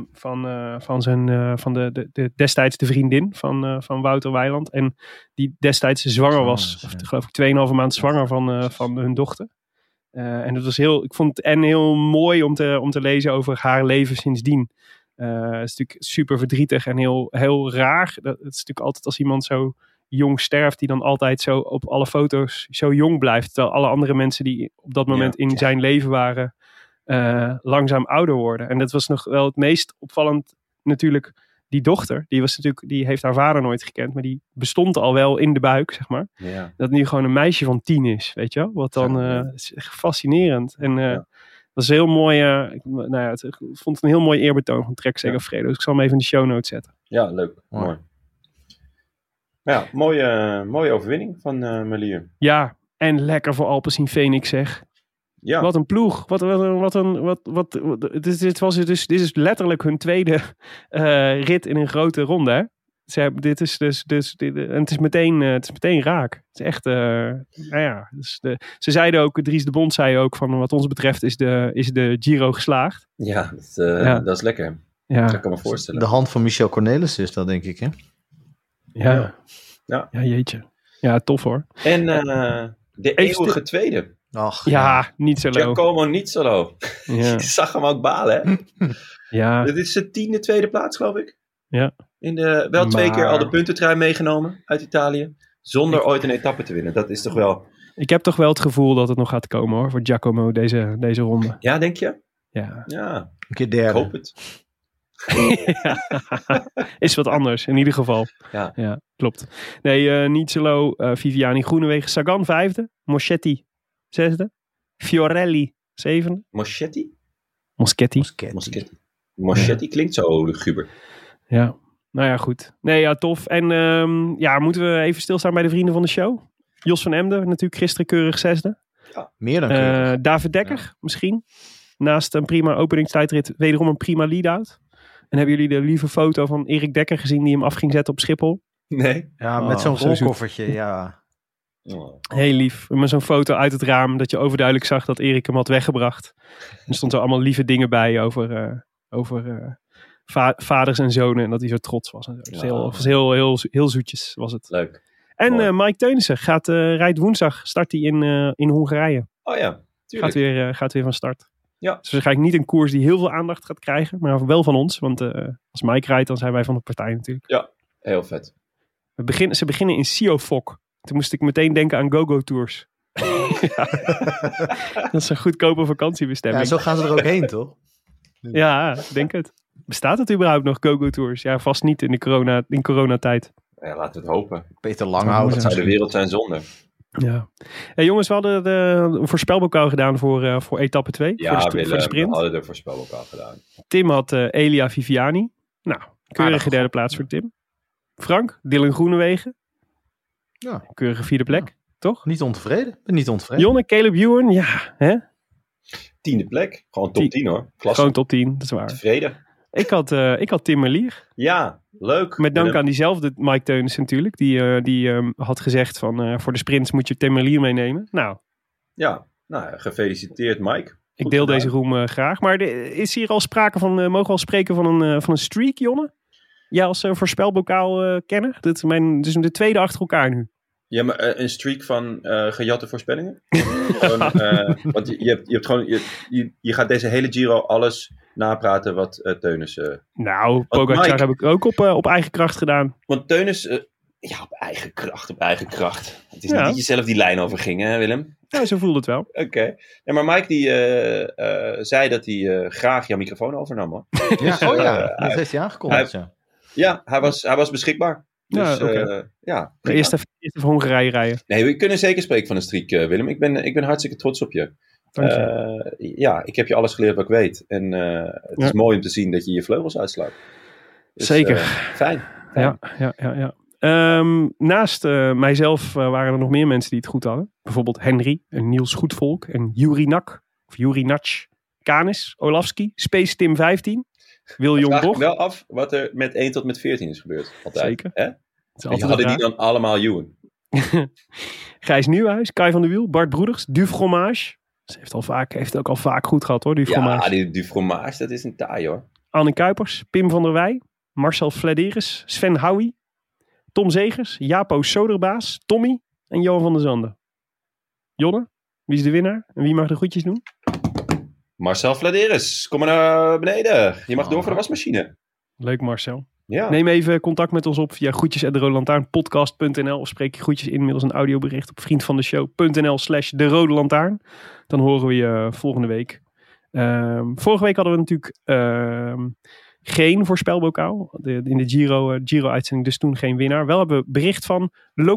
de destijds de vriendin van Wouter Weiland. En die destijds zwanger was. Of geloof ik 2,5 maand zwanger van hun dochter. En dat was ik vond het heel mooi om te lezen over haar leven sindsdien. Het is natuurlijk super verdrietig en heel raar. Het is natuurlijk altijd als iemand zo jong sterft, die dan altijd zo op alle foto's zo jong blijft. Terwijl alle andere mensen die op dat moment in zijn leven waren, langzaam ouder worden. En dat was nog wel het meest opvallend natuurlijk. Die dochter, die heeft haar vader nooit gekend, maar die bestond al wel in de buik, zeg maar. Ja. Dat nu gewoon een meisje van 10 is, weet je wel. Wat dan is echt fascinerend. En dat is heel mooi. Ik vond het een heel mooi eerbetoon van Trek Segafredo. Dus ik zal hem even in de show notes zetten. Ja, leuk. Mooi. Ja, mooie overwinning van Merlier. Ja, en lekker voor Alpecin Phoenix, zeg. Ja. Wat een ploeg. Dit is letterlijk hun tweede rit in een grote ronde, hè? En het is meteen raak. Het is echt, ze zeiden ook, Dries de Bond zei ook, van wat ons betreft is de Giro geslaagd. Ja, dat is lekker. Ja. Dat kan me voorstellen. De hand van Michel Cornelis is dat, denk ik, hè? Ja, jeetje. Ja, tof hoor. En de eeuwige tweede. Ach, niet zo low. Giacomo Nizzolo. Ja. Ik zag hem ook balen, hè? Ja. Dit is zijn 10e tweede plaats, geloof ik. Ja. Wel 2 keer al de puntentrui meegenomen uit Italië. Zonder ooit een etappe te winnen. Dat is toch wel... Ik heb toch wel het gevoel dat het nog gaat komen hoor. Voor Giacomo deze ronde. Ja, denk je? Ja. Een keer derde. Ik hoop het. Is wat anders in ieder geval. Ja, klopt. Nee, Nizzolo, Viviani, Groenewegen, Sagan 5e. Moschetti 6e. Fiorelli 7e. Moschetti? Moschetti klinkt zo luguber. Ja, nou ja, goed. Nee, ja, tof. En moeten we even stilstaan bij de vrienden van de show? Jos van Emden, natuurlijk gisteren keurig 6e. Ja, meer dan keurig. David Dekker, misschien. Naast een prima openingstijdrit, wederom een prima lead-out. En hebben jullie de lieve foto van Erik Dekker gezien die hem af ging zetten op Schiphol? Nee. Ja, met zo'n rolkoffertje, ja. Heel lief. Met zo'n foto uit het raam dat je overduidelijk zag dat Erik hem had weggebracht. Er stond er allemaal lieve dingen bij over vaders en zonen en dat hij zo trots was. En zo. Het was heel zoetjes was het. Leuk. En Mike Teunissen rijdt woensdag, start hij in Hongarije. Oh ja, tuurlijk. Gaat weer van start. Ja. Dus waarschijnlijk niet een koers die heel veel aandacht gaat krijgen, maar wel van ons. Want als Mike rijdt, dan zijn wij van de partij natuurlijk. Ja, heel vet. Ze beginnen in Siofok. Toen moest ik meteen denken aan Go-Go Tours. Dat is een goedkope vakantiebestemming. Ja, zo gaan ze er ook heen, toch? Ja, ik denk het. Bestaat het überhaupt nog Go-Go Tours? Ja, vast niet in coronatijd. Ja, laten we het hopen. Peter Langhout. Dat zou de wereld zijn zonder. Ja. Hey, jongens, we hadden een voorspelbokaal gedaan voor etappe 2. Ja, voor de sprint. We hadden de voorspelbokaal gedaan. Tim had Elia Viviani. Nou, keurige derde plaats voor Tim. Frank, Dylan Groenewegen. Ja. Keurige 4e plek, toch? Niet ontevreden. Jonne, Caleb Ewan, ja. Hè? 10e plek. Gewoon top 10 hoor. Klasse. Gewoon top 10, dat is waar. Tevreden. Ik had Tim Merlier. Ja, leuk. Met dank aan diezelfde Mike Teunissen natuurlijk. Die had gezegd van voor de sprints moet je Tim Merlier meenemen. Nou. Ja, gefeliciteerd Mike. Ik deel deze roem graag. Maar is hier al sprake van, mogen we al spreken van een streak, Jonne? Ja, als voorspelbokaal kenner. Dus de tweede achter elkaar nu. Ja, maar een streak van gejatte voorspellingen? Want je hebt gewoon... Je gaat deze hele Giro alles napraten wat Teunissen... Nou, Pogacar heb ik ook op eigen kracht gedaan. Want Teunissen... ja, op eigen kracht. Het is niet dat je zelf die lijn overging, hè Willem? Ja, zo voelde het wel. Oké. Ja, maar Mike die zei dat hij graag jouw microfoon overnam, hoor. Ja, dat heeft hij aangekondigd, hij was beschikbaar. Dus ja. Eerst even Hongarije rijden. Nee, we kunnen zeker spreken van een streak, Willem. Ik ben hartstikke trots op je. Dank je. Ja, ik heb je alles geleerd wat ik weet. En het is mooi om te zien dat je je vleugels uitslaat. Dus, zeker. Fijn. Ja. Naast mijzelf waren er nog meer mensen die het goed hadden. Bijvoorbeeld Henry en Niels Goedvolk en Juri Nac, Canis, Olafski, Space Tim 15, Wiljon Boch. Ik Boch. wel af wat er met 1 tot met 14 is gebeurd. Altijd. Zeker. Hè? Hadden die dan allemaal Ewan? Gijs Nieuwhuis, Kai van der Wiel, Bart Broeders, Du Fromage. Ze heeft ook al vaak goed gehad hoor, Du Fromage. Ja, die Fromage, dat is een taai hoor. Anne Kuipers, Pim van der Wij, Marcel Flederis, Sven Houwie, Tom Zegers, Japo Soderbaas, Tommy en Johan van der Zanden. Jonne, wie is de winnaar en wie mag de groetjes doen? Marcel Flederis, kom maar naar beneden. Je mag door voor de wasmachine. Leuk Marcel. Ja. Neem even contact met ons op via groetjes@derodelantaarnpodcast.nl of spreek je groetjes in middels een audiobericht op vriendvandeshow.nl/derodelantaarn. Dan horen we je volgende week. Vorige week hadden we natuurlijk geen voorspelbokaal. In de Giro-uitzending dus toen geen winnaar. Wel hebben we bericht van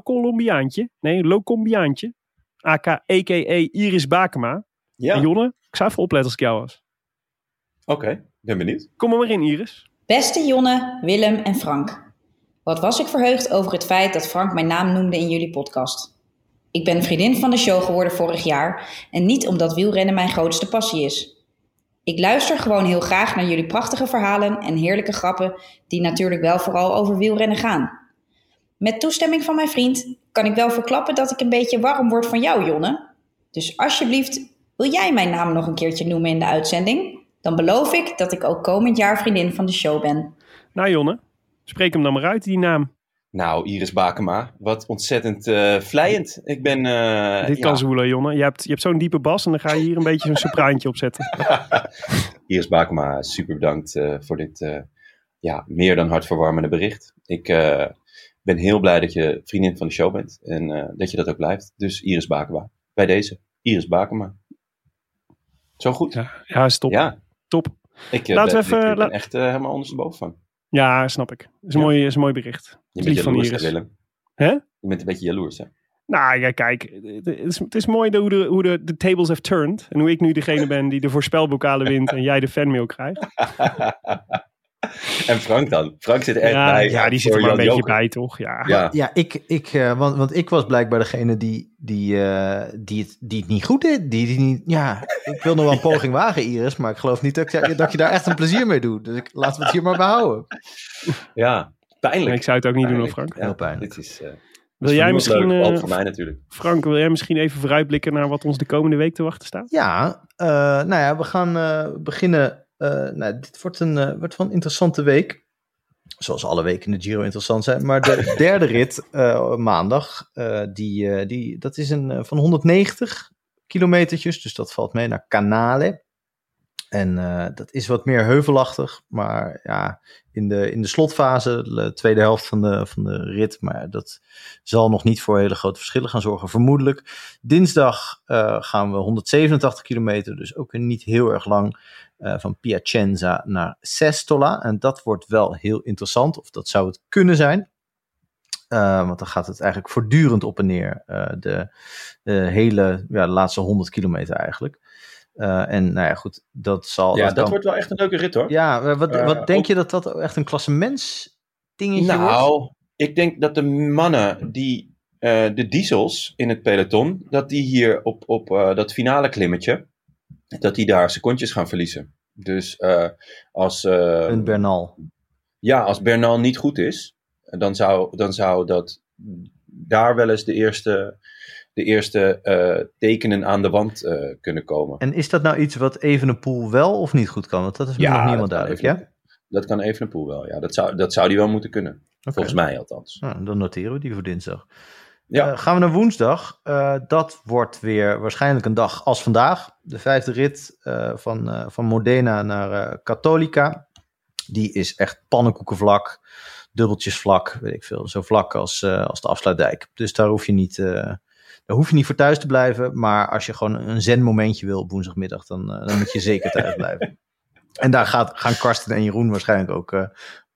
Locombiaantje, a.k.a. Iris Bakema. Ja. En Jonne, ik zou even opletten als ik jou was. Oké, ben benieuwd. Kom er maar in, Iris. Beste Jonne, Willem en Frank. Wat was ik verheugd over het feit dat Frank mijn naam noemde in jullie podcast. Ik ben vriendin van de show geworden vorig jaar en niet omdat wielrennen mijn grootste passie is. Ik luister gewoon heel graag naar jullie prachtige verhalen en heerlijke grappen die natuurlijk wel vooral over wielrennen gaan. Met toestemming van mijn vriend kan ik wel verklappen dat ik een beetje warm word van jou, Jonne. Dus alsjeblieft, wil jij mijn naam nog een keertje noemen in de uitzending? Dan beloof ik dat ik ook komend jaar vriendin van de show ben. Nou Jonne, spreek hem dan maar uit, die naam. Nou, Iris Bakema, wat ontzettend vleiend. Ik ben... Dit kan zwoelen, Jonne. Je hebt zo'n diepe bas en dan ga je hier een beetje zo'n sopraantje opzetten. Iris Bakema, super bedankt voor dit meer dan hartverwarmende bericht. Ik ben heel blij dat je vriendin van de show bent en dat je dat ook blijft. Dus Iris Bakema, bij deze. Iris Bakema. Zo goed? Ja, is top. Ja. Top. Ik ben echt helemaal ondersteboven van. Ja, snap ik. Het is een mooi bericht. Je bent jaloers, Willem. Hè? Je bent een beetje jaloers, hè? Nou ja, kijk. Het is mooi hoe de tables have turned. En hoe ik nu degene ben die de voorspelbokalen wint en jij de fanmail krijgt. En Frank dan? Frank zit er echt bij. Ja, die zit er maar een beetje bij, toch? Want ik was blijkbaar degene die het niet goed deed. Ik wil nog wel een poging wagen, Iris, maar ik geloof niet dat je daar echt een plezier mee doet. Dus laten we het hier maar behouden. Ja, pijnlijk. Nee, ik zou het ook niet doen, Frank. Heel pijnlijk. Dit is, wil jij misschien, leuk, voor mij natuurlijk. Frank, wil jij misschien even vooruitblikken naar wat ons de komende week te wachten staat? Ja, we gaan beginnen. Dit wordt wel een interessante week. Zoals alle weken in de Giro interessant zijn. Maar de derde rit maandag, dat is van 190 kilometertjes. Dus dat valt mee naar Canale. En dat is wat meer heuvelachtig. Maar ja, in de slotfase, de tweede helft van de rit. Maar dat zal nog niet voor hele grote verschillen gaan zorgen, vermoedelijk. Dinsdag gaan we 187 kilometer. Dus ook niet heel erg lang. Van Piacenza naar Sestola. En dat wordt wel heel interessant. Of dat zou het kunnen zijn. Want dan gaat het eigenlijk voortdurend op en neer. De hele de laatste 100 kilometer eigenlijk. En nou ja, goed. Dat wordt wel echt een leuke rit hoor. Ja, wat denk je dat echt een klassements dingetje wordt? Nou, ik denk dat de mannen die de diesels in het peloton, dat die hier op dat finale klimmetje, dat die daar secondjes gaan verliezen. Dus als... een Bernal. Ja, als Bernal niet goed is, dan zou dat daar wel eens de eerste tekenen aan de wand kunnen komen. En is dat nou iets wat Evenepoel wel of niet goed kan? Want dat is me nog niet helemaal duidelijk, ja? Dat kan Evenepoel wel, ja. Dat zou die wel moeten kunnen. Okay. Volgens mij althans. Nou, dan noteren we die voor dinsdag. Ja. Gaan we naar woensdag. Dat wordt weer waarschijnlijk een dag als vandaag. De 5e rit van Modena naar Cattolica. Die is echt pannenkoekenvlak, dubbeltjes vlak, weet ik veel. Zo vlak als de afsluitdijk. Dus daar hoef je niet voor thuis te blijven. Maar als je gewoon een zen-momentje wil op woensdagmiddag, dan moet je zeker thuis blijven. En daar gaan Karsten en Jeroen waarschijnlijk ook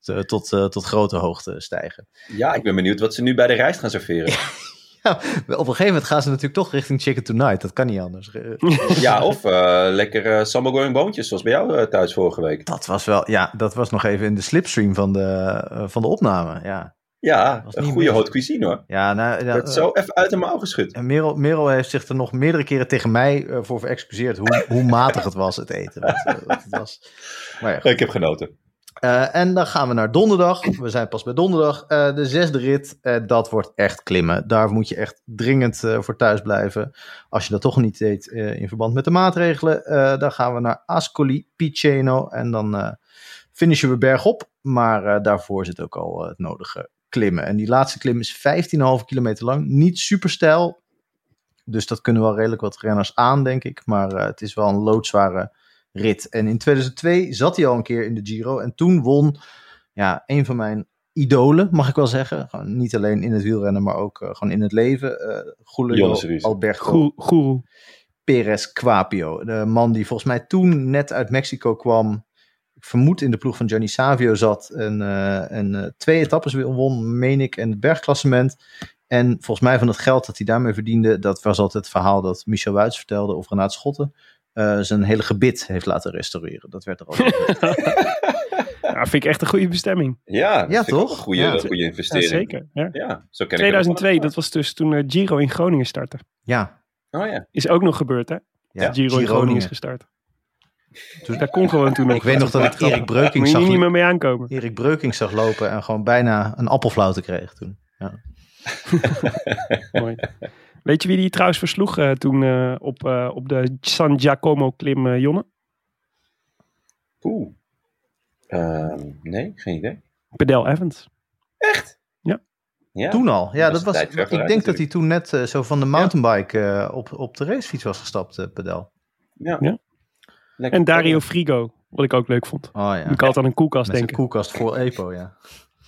tot grote hoogte stijgen. Ja, ik ben benieuwd wat ze nu bij de rijst gaan serveren. Ja, op een gegeven moment gaan ze natuurlijk toch richting Chicken Tonight. Dat kan niet anders. Ja, of lekker sambal going boontjes, zoals bij jou thuis vorige week. Dat was nog even in de slipstream van de opname. Ja, was een niet goede mis. haute cuisine hoor. Ja, nou, Werd zo even uit de mouw geschud. En Merel heeft zich er nog meerdere keren tegen mij voor verexcuseerd hoe matig het was, het eten. Het was. Maar ja, goed. Ik heb genoten. En dan gaan we naar donderdag. We zijn pas bij donderdag. De 6e rit, dat wordt echt klimmen. Daar moet je echt dringend voor thuis blijven. Als je dat toch niet deed in verband met de maatregelen. Dan gaan we naar Ascoli Piceno. En dan finishen we bergop. Maar daarvoor zit ook al het nodige klimmen. En die laatste klim is 15,5 kilometer lang. Niet super steil. Dus dat kunnen wel redelijk wat renners aan, denk ik. Maar het is wel een loodzware rit. En in 2002 zat hij al een keer in de Giro. En toen won een van mijn idolen, mag ik wel zeggen. Gewoon niet alleen in het wielrennen, maar ook gewoon in het leven. Julio Alberto Guru. Perez Quapio. De man die volgens mij toen net uit Mexico kwam. Ik vermoed in de ploeg van Gianni Savio zat. En 2 etappes weer won, meen ik. En het bergklassement. En volgens mij van het geld dat hij daarmee verdiende. Dat was altijd het verhaal dat Michel Wuits vertelde. Of Renaat Schotten. Zijn hele gebit heeft laten restaureren. Dat werd er al. Vind ik echt een goede bestemming. Ja, toch? Een goede investering. Ja, zeker. Ja. Ja, zo ken 2002, dat was dus toen Giro in Groningen startte. Ja. Oh ja. Is ook nog gebeurd, hè? Ja, Giro in Groningen is gestart. Dus dat kon gewoon toen nog. Ik weet nog dat ik Erik Breukink Moet je zag. niet meer mee aankomen. Erik Breukink zag lopen en gewoon bijna een appelflauwte kreeg toen. Ja. Mooi. Weet je wie die trouwens versloeg toen op de San Giacomo klim, Jonne? Nee, geen idee. Padel Evans. Echt? Ja. Toen al. Ja, dat is was. een tijd ver Ik vooruit denk dat hij natuurlijk. toen net zo van de mountainbike op de racefiets was gestapt, Padel. Ja. En Dario Frigo, wat ik ook leuk vond. Oh ja. Ik had aan een koelkast Met zijn denken. koelkast voor EPO, ja.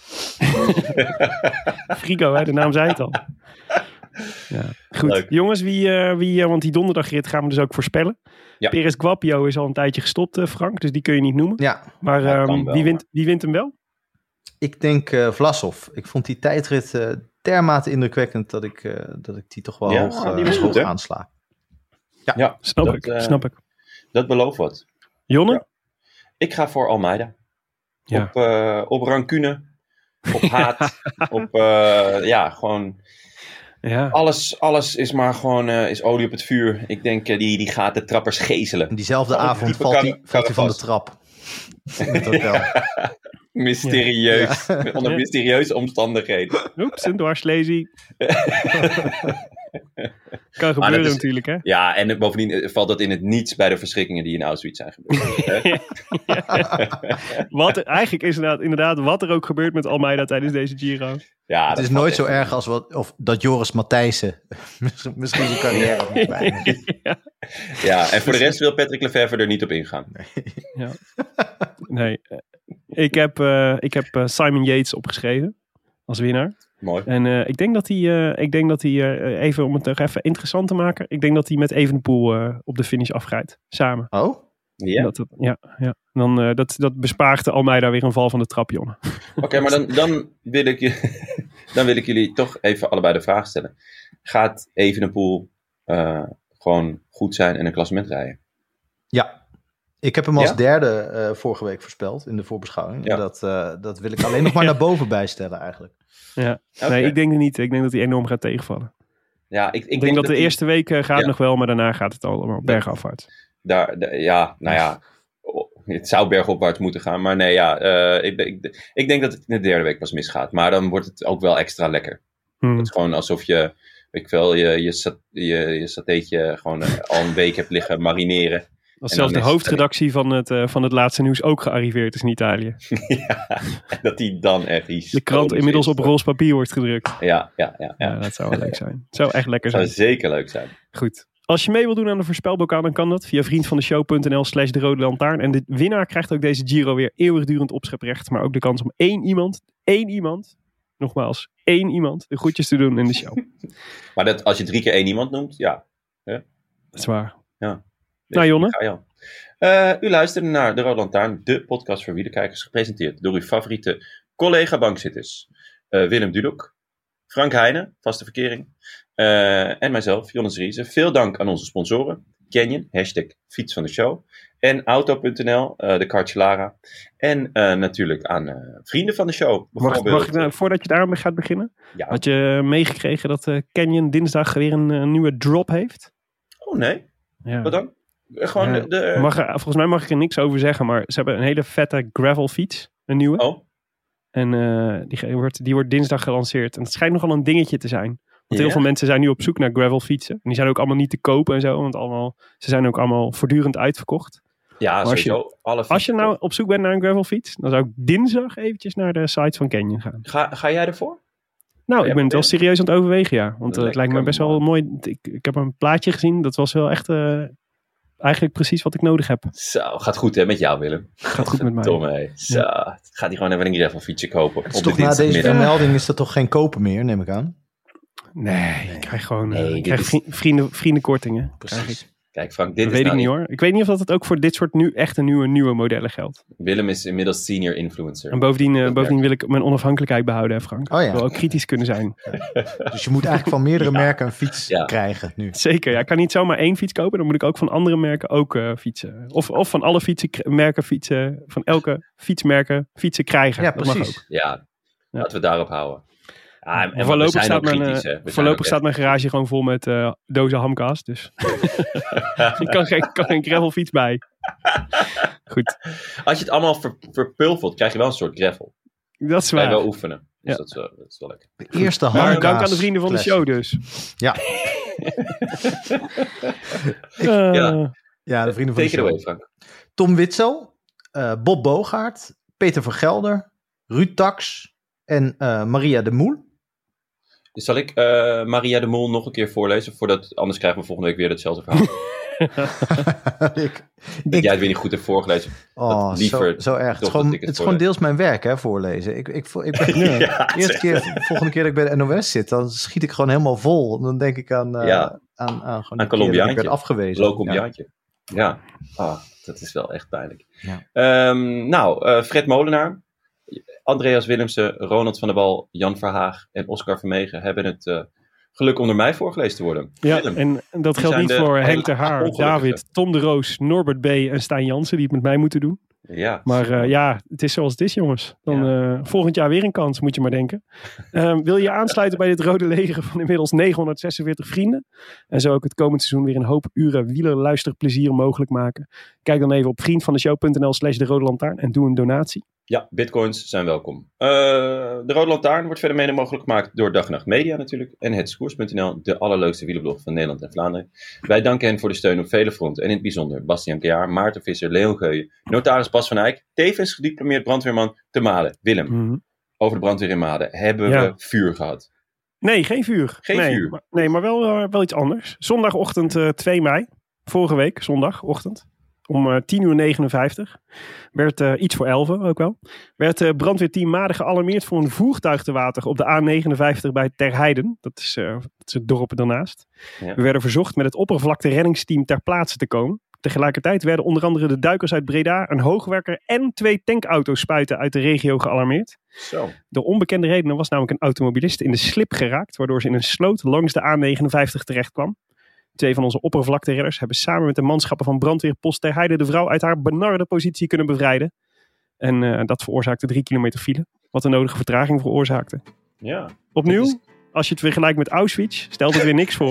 Frigo, hè, de naam zei het al. Ja. Goed, Leuk. jongens, want die donderdagrit gaan we dus ook voorspellen. Ja. Perez Quapio is al een tijdje gestopt, Frank, dus die kun je niet noemen. Ja, Maar Ja, kan wel, wie wint hem wel? ik denk Vlasov. Ik vond die tijdrit dermate indrukwekkend dat ik die toch wel die was goed, hè? aansla. Ja, Snap ik. dat belooft wat. Jonne? Ja. Ik ga voor Almeida. Ja. Op rancune, op haat, op gewoon Ja. alles is maar gewoon is olie op het vuur. Ik denk die gaat de trappers gezelen. En diezelfde Oh, avond diepe valt hij van de vast. trap. In het hotel. Mysterieus. Onder mysterieuze omstandigheden. Oeps, een dwarslesie. Kan gebeuren dat is- natuurlijk, hè? Ja, en bovendien valt dat in het niets bij de verschrikkingen die in Auschwitz zijn gebeurd. Eigenlijk is inderdaad wat er ook gebeurt met Almeida tijdens deze Giro. Ja, Het is nooit zo erg als of dat Joris Matthijssen misschien zijn carrière moet beëindigen. Ja, en voor de rest wil Patrick Lefevre er niet op ingaan. Nee, ik heb Simon Yates opgeschreven als winnaar. Mooi. En ik denk dat hij even om het nog even interessant te maken, ik denk dat hij met Evenepoel op de finish afrijdt. Samen. Oh? Ja? Dan, dat bespaart Almeida weer een val van de trap, jongen. Oké, maar dan wil ik jullie toch even allebei de vraag stellen. Gaat Evenepoel gewoon goed zijn en een klassement rijden? Ja. Ik heb hem als Ja? derde vorige week voorspeld in de voorbeschouwing. Ja. Dat wil ik alleen nog maar naar boven bijstellen eigenlijk. Ja. Oké. Nee, ik denk het niet. Ik denk dat hij enorm gaat tegenvallen. Ja, Ik denk dat de die- eerste week gaat Ja. nog wel, maar daarna gaat het allemaal bergafwaarts. Het zou bergopwaarts moeten gaan. Maar nee, ik denk dat het in de derde week pas misgaat. Maar dan wordt het ook wel extra lekker. Het is gewoon alsof je, weet ik veel, je satéetje gewoon al een week hebt liggen marineren. Als En zelfs dan de is- hoofdredactie van het laatste nieuws ook gearriveerd is in Italië. Ja, en dat die dan echt De krant inmiddels op roze papier wordt gedrukt. Ja. Ja, dat zou wel leuk zijn. Het zou echt lekker Dat zijn. zou zeker leuk zijn. Goed. Als je mee wil doen aan de voorspelbokaal, dan kan dat via vriendvandeshow.nl/de Rode Lantaarn. En de winnaar krijgt ook deze Giro weer eeuwigdurend opscheprecht. Maar ook de kans om één iemand, nogmaals, één iemand, de groetjes te doen in de show. Maar als je 3 keer 1 iemand noemt, ja. Dat is waar. Ja. Nou, Jonne. Ga je al. U luisterde naar De Rode Lantaarn, de podcast voor wielerkijkers, gepresenteerd door uw favoriete collega-bankzitters. Willem Dudok, Frank Heijnen, vaste verkering, en mijzelf, Jonas Riese. Veel dank aan onze sponsoren, Canyon, #fiets van de show, en Auto.nl, de Kartjelara, en natuurlijk aan vrienden van de show. Mag ik nou, voordat je daarmee gaat beginnen, had je meegekregen dat Canyon dinsdag weer een nieuwe drop heeft? Oh nee, wat dan? Gewoon volgens mij mag ik er niks over zeggen, maar ze hebben een hele vette gravelfiets, een nieuwe. Oh. En die wordt dinsdag gelanceerd. En het schijnt nogal een dingetje te zijn. Want heel veel mensen zijn nu op zoek naar gravelfietsen. En die zijn ook allemaal niet te kopen en zo. Want ze zijn ook allemaal voortdurend uitverkocht. Ja, sowieso. Als je nou op zoek bent naar een gravelfiets, dan zou ik dinsdag eventjes naar de site van Canyon gaan. Ga jij ervoor? Nou, ik ben het wel serieus aan het overwegen, ja. Want het lijkt me best wel mooi. Ik heb een plaatje gezien. Dat was wel echt eigenlijk precies wat ik nodig heb. Zo, gaat goed hè met jou, Willem. Gaat goed met mij. Domme, zo, gaat hij gewoon even een gravelfietsje kopen. Het is toch na deze vermelding is dat toch geen kopen meer, neem ik aan? Nee, ik krijg gewoon vriendenkortingen. Precies. Kijk Frank, dit dat is weet ik niet hoor. Ik weet niet of dat het ook voor dit soort nieuwe modellen geldt. Willem is inmiddels senior influencer. En bovendien wil ik mijn onafhankelijkheid behouden, hè, Frank. Oh ja. Ik wil ook kritisch kunnen zijn. Dus je moet eigenlijk van meerdere merken een fiets krijgen nu. Zeker, ja. Ik kan niet zomaar één fiets kopen. Dan moet ik ook van andere merken ook fietsen. Of van alle merken fietsen. Van elke fietsmerken fietsen krijgen. Ja, dat precies. mag ook. Ja, laten we daarop houden. En voorlopig staat mijn garage gewoon vol met dozen hamkaas. Dus ik kan geen gravelfiets bij. Goed. Als je het allemaal verpulvert, krijg je wel een soort gravel. Dat is waar. Kan je wel oefenen. Dus Ja. dat is wel lekker. De eerste Maar hamkaas. dank aan de vrienden van de show dus. Ja. Ja, de vrienden van de Take it show. away, Frank. Tom Witzel, Bob Boogaard, Peter van Gelder, Ruud Tax en Maria de Moel. Dus zal ik Maria de Mol nog een keer voorlezen? Anders krijgen we volgende week weer hetzelfde verhaal. Dat jij het weer niet goed hebt voorgelezen. Oh, zo erg. Het is gewoon deels mijn werk, hè, voorlezen. Ik ben volgende keer dat ik bij de NOS zit, dan schiet ik gewoon helemaal vol. Dan denk ik aan Colombiaantje. Ik werd afgewezen. Colombiaantje. Ja. Dat is wel echt pijnlijk. Ja. Fred Molenaar, Andreas Willemsen, Ronald van der Wal, Jan Verhaag en Oscar Vermegen hebben het geluk om door mij voorgelezen te worden. Ja, en dat geldt niet voor Henk ter Haar, David, Tom de Roos, Norbert B. en Stijn Jansen die het met mij moeten doen. Ja. Maar het is zoals het is, jongens. Dan volgend jaar weer een kans, moet je maar denken. Wil je aansluiten bij dit rode leger van inmiddels 946 vrienden? En zo ook het komend seizoen weer een hoop uren wielerluisterplezier mogelijk maken? Kijk dan even op vriendvandeshow.nl/de Rode Lantaarn en doe een donatie. Ja, bitcoins zijn welkom. De Rode Lantaarn wordt verder mede mogelijk gemaakt door Dag en Nacht Media natuurlijk. En hetskoers.nl, de allerleukste wielerblog van Nederland en Vlaanderen. Wij danken hen voor de steun op vele fronten. En in het bijzonder Bastiaan Kejaar, Maarten Visser, Leon Geuyen, notaris Bas van Eyck, tevens gediplomeerd brandweerman te Maden. Willem, over de brandweer in Maden. Hebben we vuur gehad? Nee, geen vuur. Maar wel iets anders. Zondagochtend 2 mei, vorige week, zondagochtend. Om 10:59 werd iets voor 11 ook wel. Werd brandweerteam Maden gealarmeerd voor een voertuig te water op de A59 bij Terheiden. Dat is het dorp daarnaast. Ja. We werden verzocht met het oppervlakte reddingsteam ter plaatse te komen. Tegelijkertijd werden onder andere de duikers uit Breda, een hoogwerker en 2 tankauto's spuiten uit de regio gealarmeerd. Zo. Door onbekende redenen was namelijk een automobilist in de slip geraakt, waardoor ze in een sloot langs de A59 terecht kwam. 2 van onze oppervlakteredders hebben samen met de manschappen van brandweerpost Terheide de vrouw uit haar benarde positie kunnen bevrijden. En dat veroorzaakte 3 kilometer file, wat de nodige vertraging veroorzaakte. Ja. Opnieuw, als je het vergelijkt met Auschwitz, stelt het weer niks voor.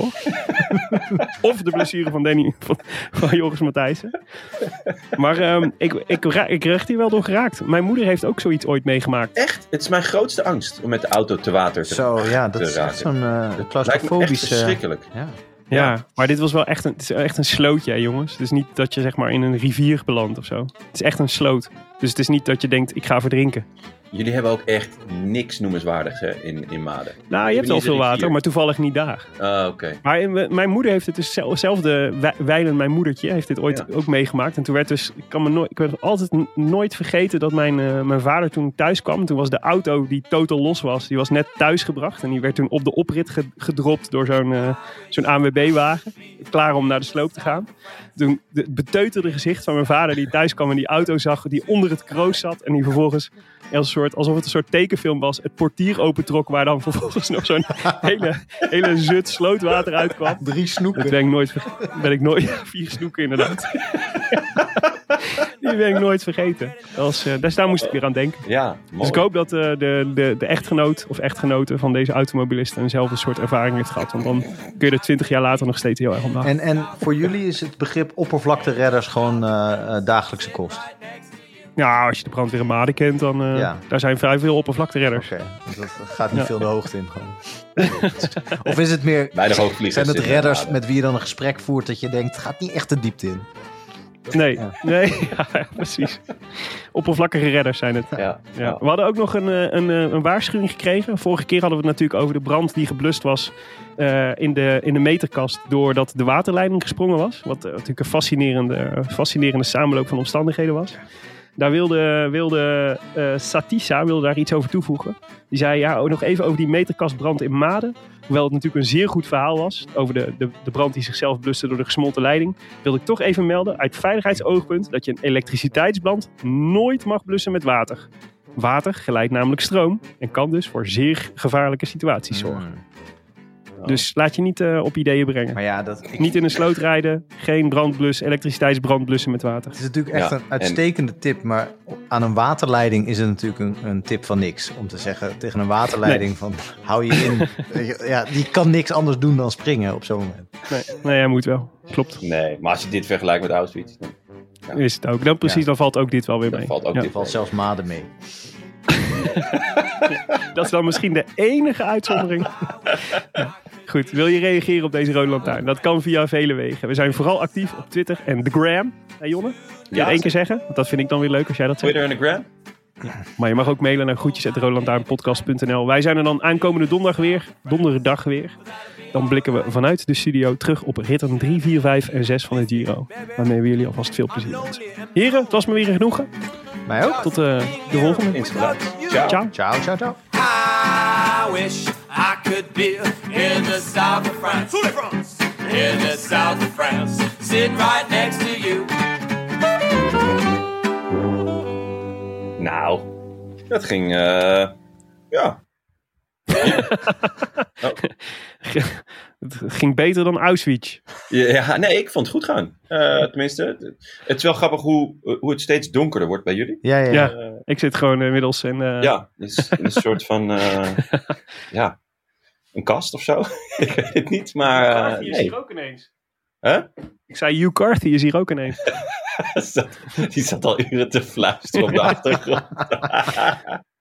Of de blessure van Joris Matthijssen. Maar ik werd hier wel door geraakt. Mijn moeder heeft ook zoiets ooit meegemaakt. Echt? Het is mijn grootste angst om met de auto te water te raken. Dat is echt zo'n claustrofobisch... Lijkt me echt verschrikkelijk. Ja, maar dit was wel echt een slootje, hè, jongens. Het is niet dat je zeg maar in een rivier belandt of zo. Het is echt een sloot. Dus het is niet dat je denkt, ik ga verdrinken. Jullie hebben ook echt niks noemenswaardigs hè, in Maden. Nou, je hebt wel veel water, maar toevallig niet daar. Oké. Maar mijn moeder heeft het dus zelfde Wijlen, mijn moedertje, heeft dit ooit ook meegemaakt. En toen werd dus, ik werd altijd nooit vergeten dat mijn vader toen thuis kwam. Toen was de auto die totaal los was, die was net thuisgebracht. En die werd toen op de oprit gedropt door zo'n ANWB-wagen. Klaar om naar de sloop te gaan. Toen het beteuterde gezicht van mijn vader die thuis kwam en die auto zag, die onder het kroos zat. En die vervolgens, alsof het een soort tekenfilm was, het portier opentrok waar dan vervolgens nog zo'n hele zut slootwater uitkwam. 3 snoeken. Dat ben ik nooit 4 snoeken inderdaad. Die ben ik nooit vergeten. Daar moest ik weer aan denken. Ja, mooi. Dus ik hoop dat de echtgenoot of echtgenote van deze automobilist eenzelfde soort ervaring heeft gehad. Want dan kun je er 20 jaar later nog steeds heel erg om lachen. En voor jullie is het begrip oppervlakteredders gewoon dagelijkse kost? Ja, als je de brandweer in Maden kent, dan daar zijn vrij veel oppervlakteredders. Oké, dat gaat niet veel de hoogte in gewoon. Of is het meer, zijn het redders met wie je dan een gesprek voert dat je denkt, het gaat niet echt de diepte in? Nee, ja, precies. Oppervlakkige redders zijn het. Ja. We hadden ook nog een waarschuwing gekregen. Vorige keer hadden we het natuurlijk over de brand die geblust was in de meterkast doordat de waterleiding gesprongen was. Wat natuurlijk een fascinerende samenloop van omstandigheden was. Daar wilde Satissa daar iets over toevoegen. Die zei nog even over die meterkastbrand in Maden. Hoewel het natuurlijk een zeer goed verhaal was over de brand die zichzelf bluste door de gesmolten leiding, wilde ik toch even melden uit veiligheidsoogpunt dat je een elektriciteitsbrand nooit mag blussen met water. Water geleidt namelijk stroom en kan dus voor zeer gevaarlijke situaties zorgen. Dus laat je niet op ideeën brengen. Maar niet in een sloot rijden, geen brandblus, elektriciteitsbrand blussen met water. Het is natuurlijk echt een uitstekende tip, maar aan een waterleiding is het natuurlijk een tip van niks. Om te zeggen tegen een waterleiding van hou je in. Die kan niks anders doen dan springen op zo'n moment. Nee, hij moet wel. Klopt. Nee, maar als je dit vergelijkt met Auschwitz, dan is het ook. Dan precies, dan valt ook dit wel weer mee. Dit valt zelfs Maden mee. Dat is dan misschien de enige uitzondering. Goed, wil je reageren op deze Rode Lantaarn? Dat kan via vele wegen. We zijn vooral actief op Twitter en de Gram. Hey Jonne? Kun je het 1 keer zeggen? Want dat vind ik dan weer leuk als jij dat zegt. Twitter en de Gram? Ja. Maar je mag ook mailen naar groetjes@rodelantaarnpodcast.nl. Wij zijn er dan aankomende donderdag weer. Dan blikken we vanuit de studio terug op ritten 3, 4, 5 en 6 van het Giro. Waarmee we jullie alvast veel plezier wensen. Heren, het was me weer een genoegen. Mij ook. Tot de volgende. Ciao. Ciao. I wish I could be in the south of France. In the south of France. Sitting right next to you. Nou, dat ging, Het ging beter dan Auschwitz. Ja, nee, ik vond het goed gaan. Tenminste, het is wel grappig hoe het steeds donkerder wordt bij jullie. Ja, ik zit gewoon inmiddels in... Dus in een soort van, een kast of zo. Ik weet het niet, maar... Die is hier ook ineens. Huh? Ik zei, Hugh Carthy is hier ook ineens. Die zat al uren te fluisteren op de achtergrond.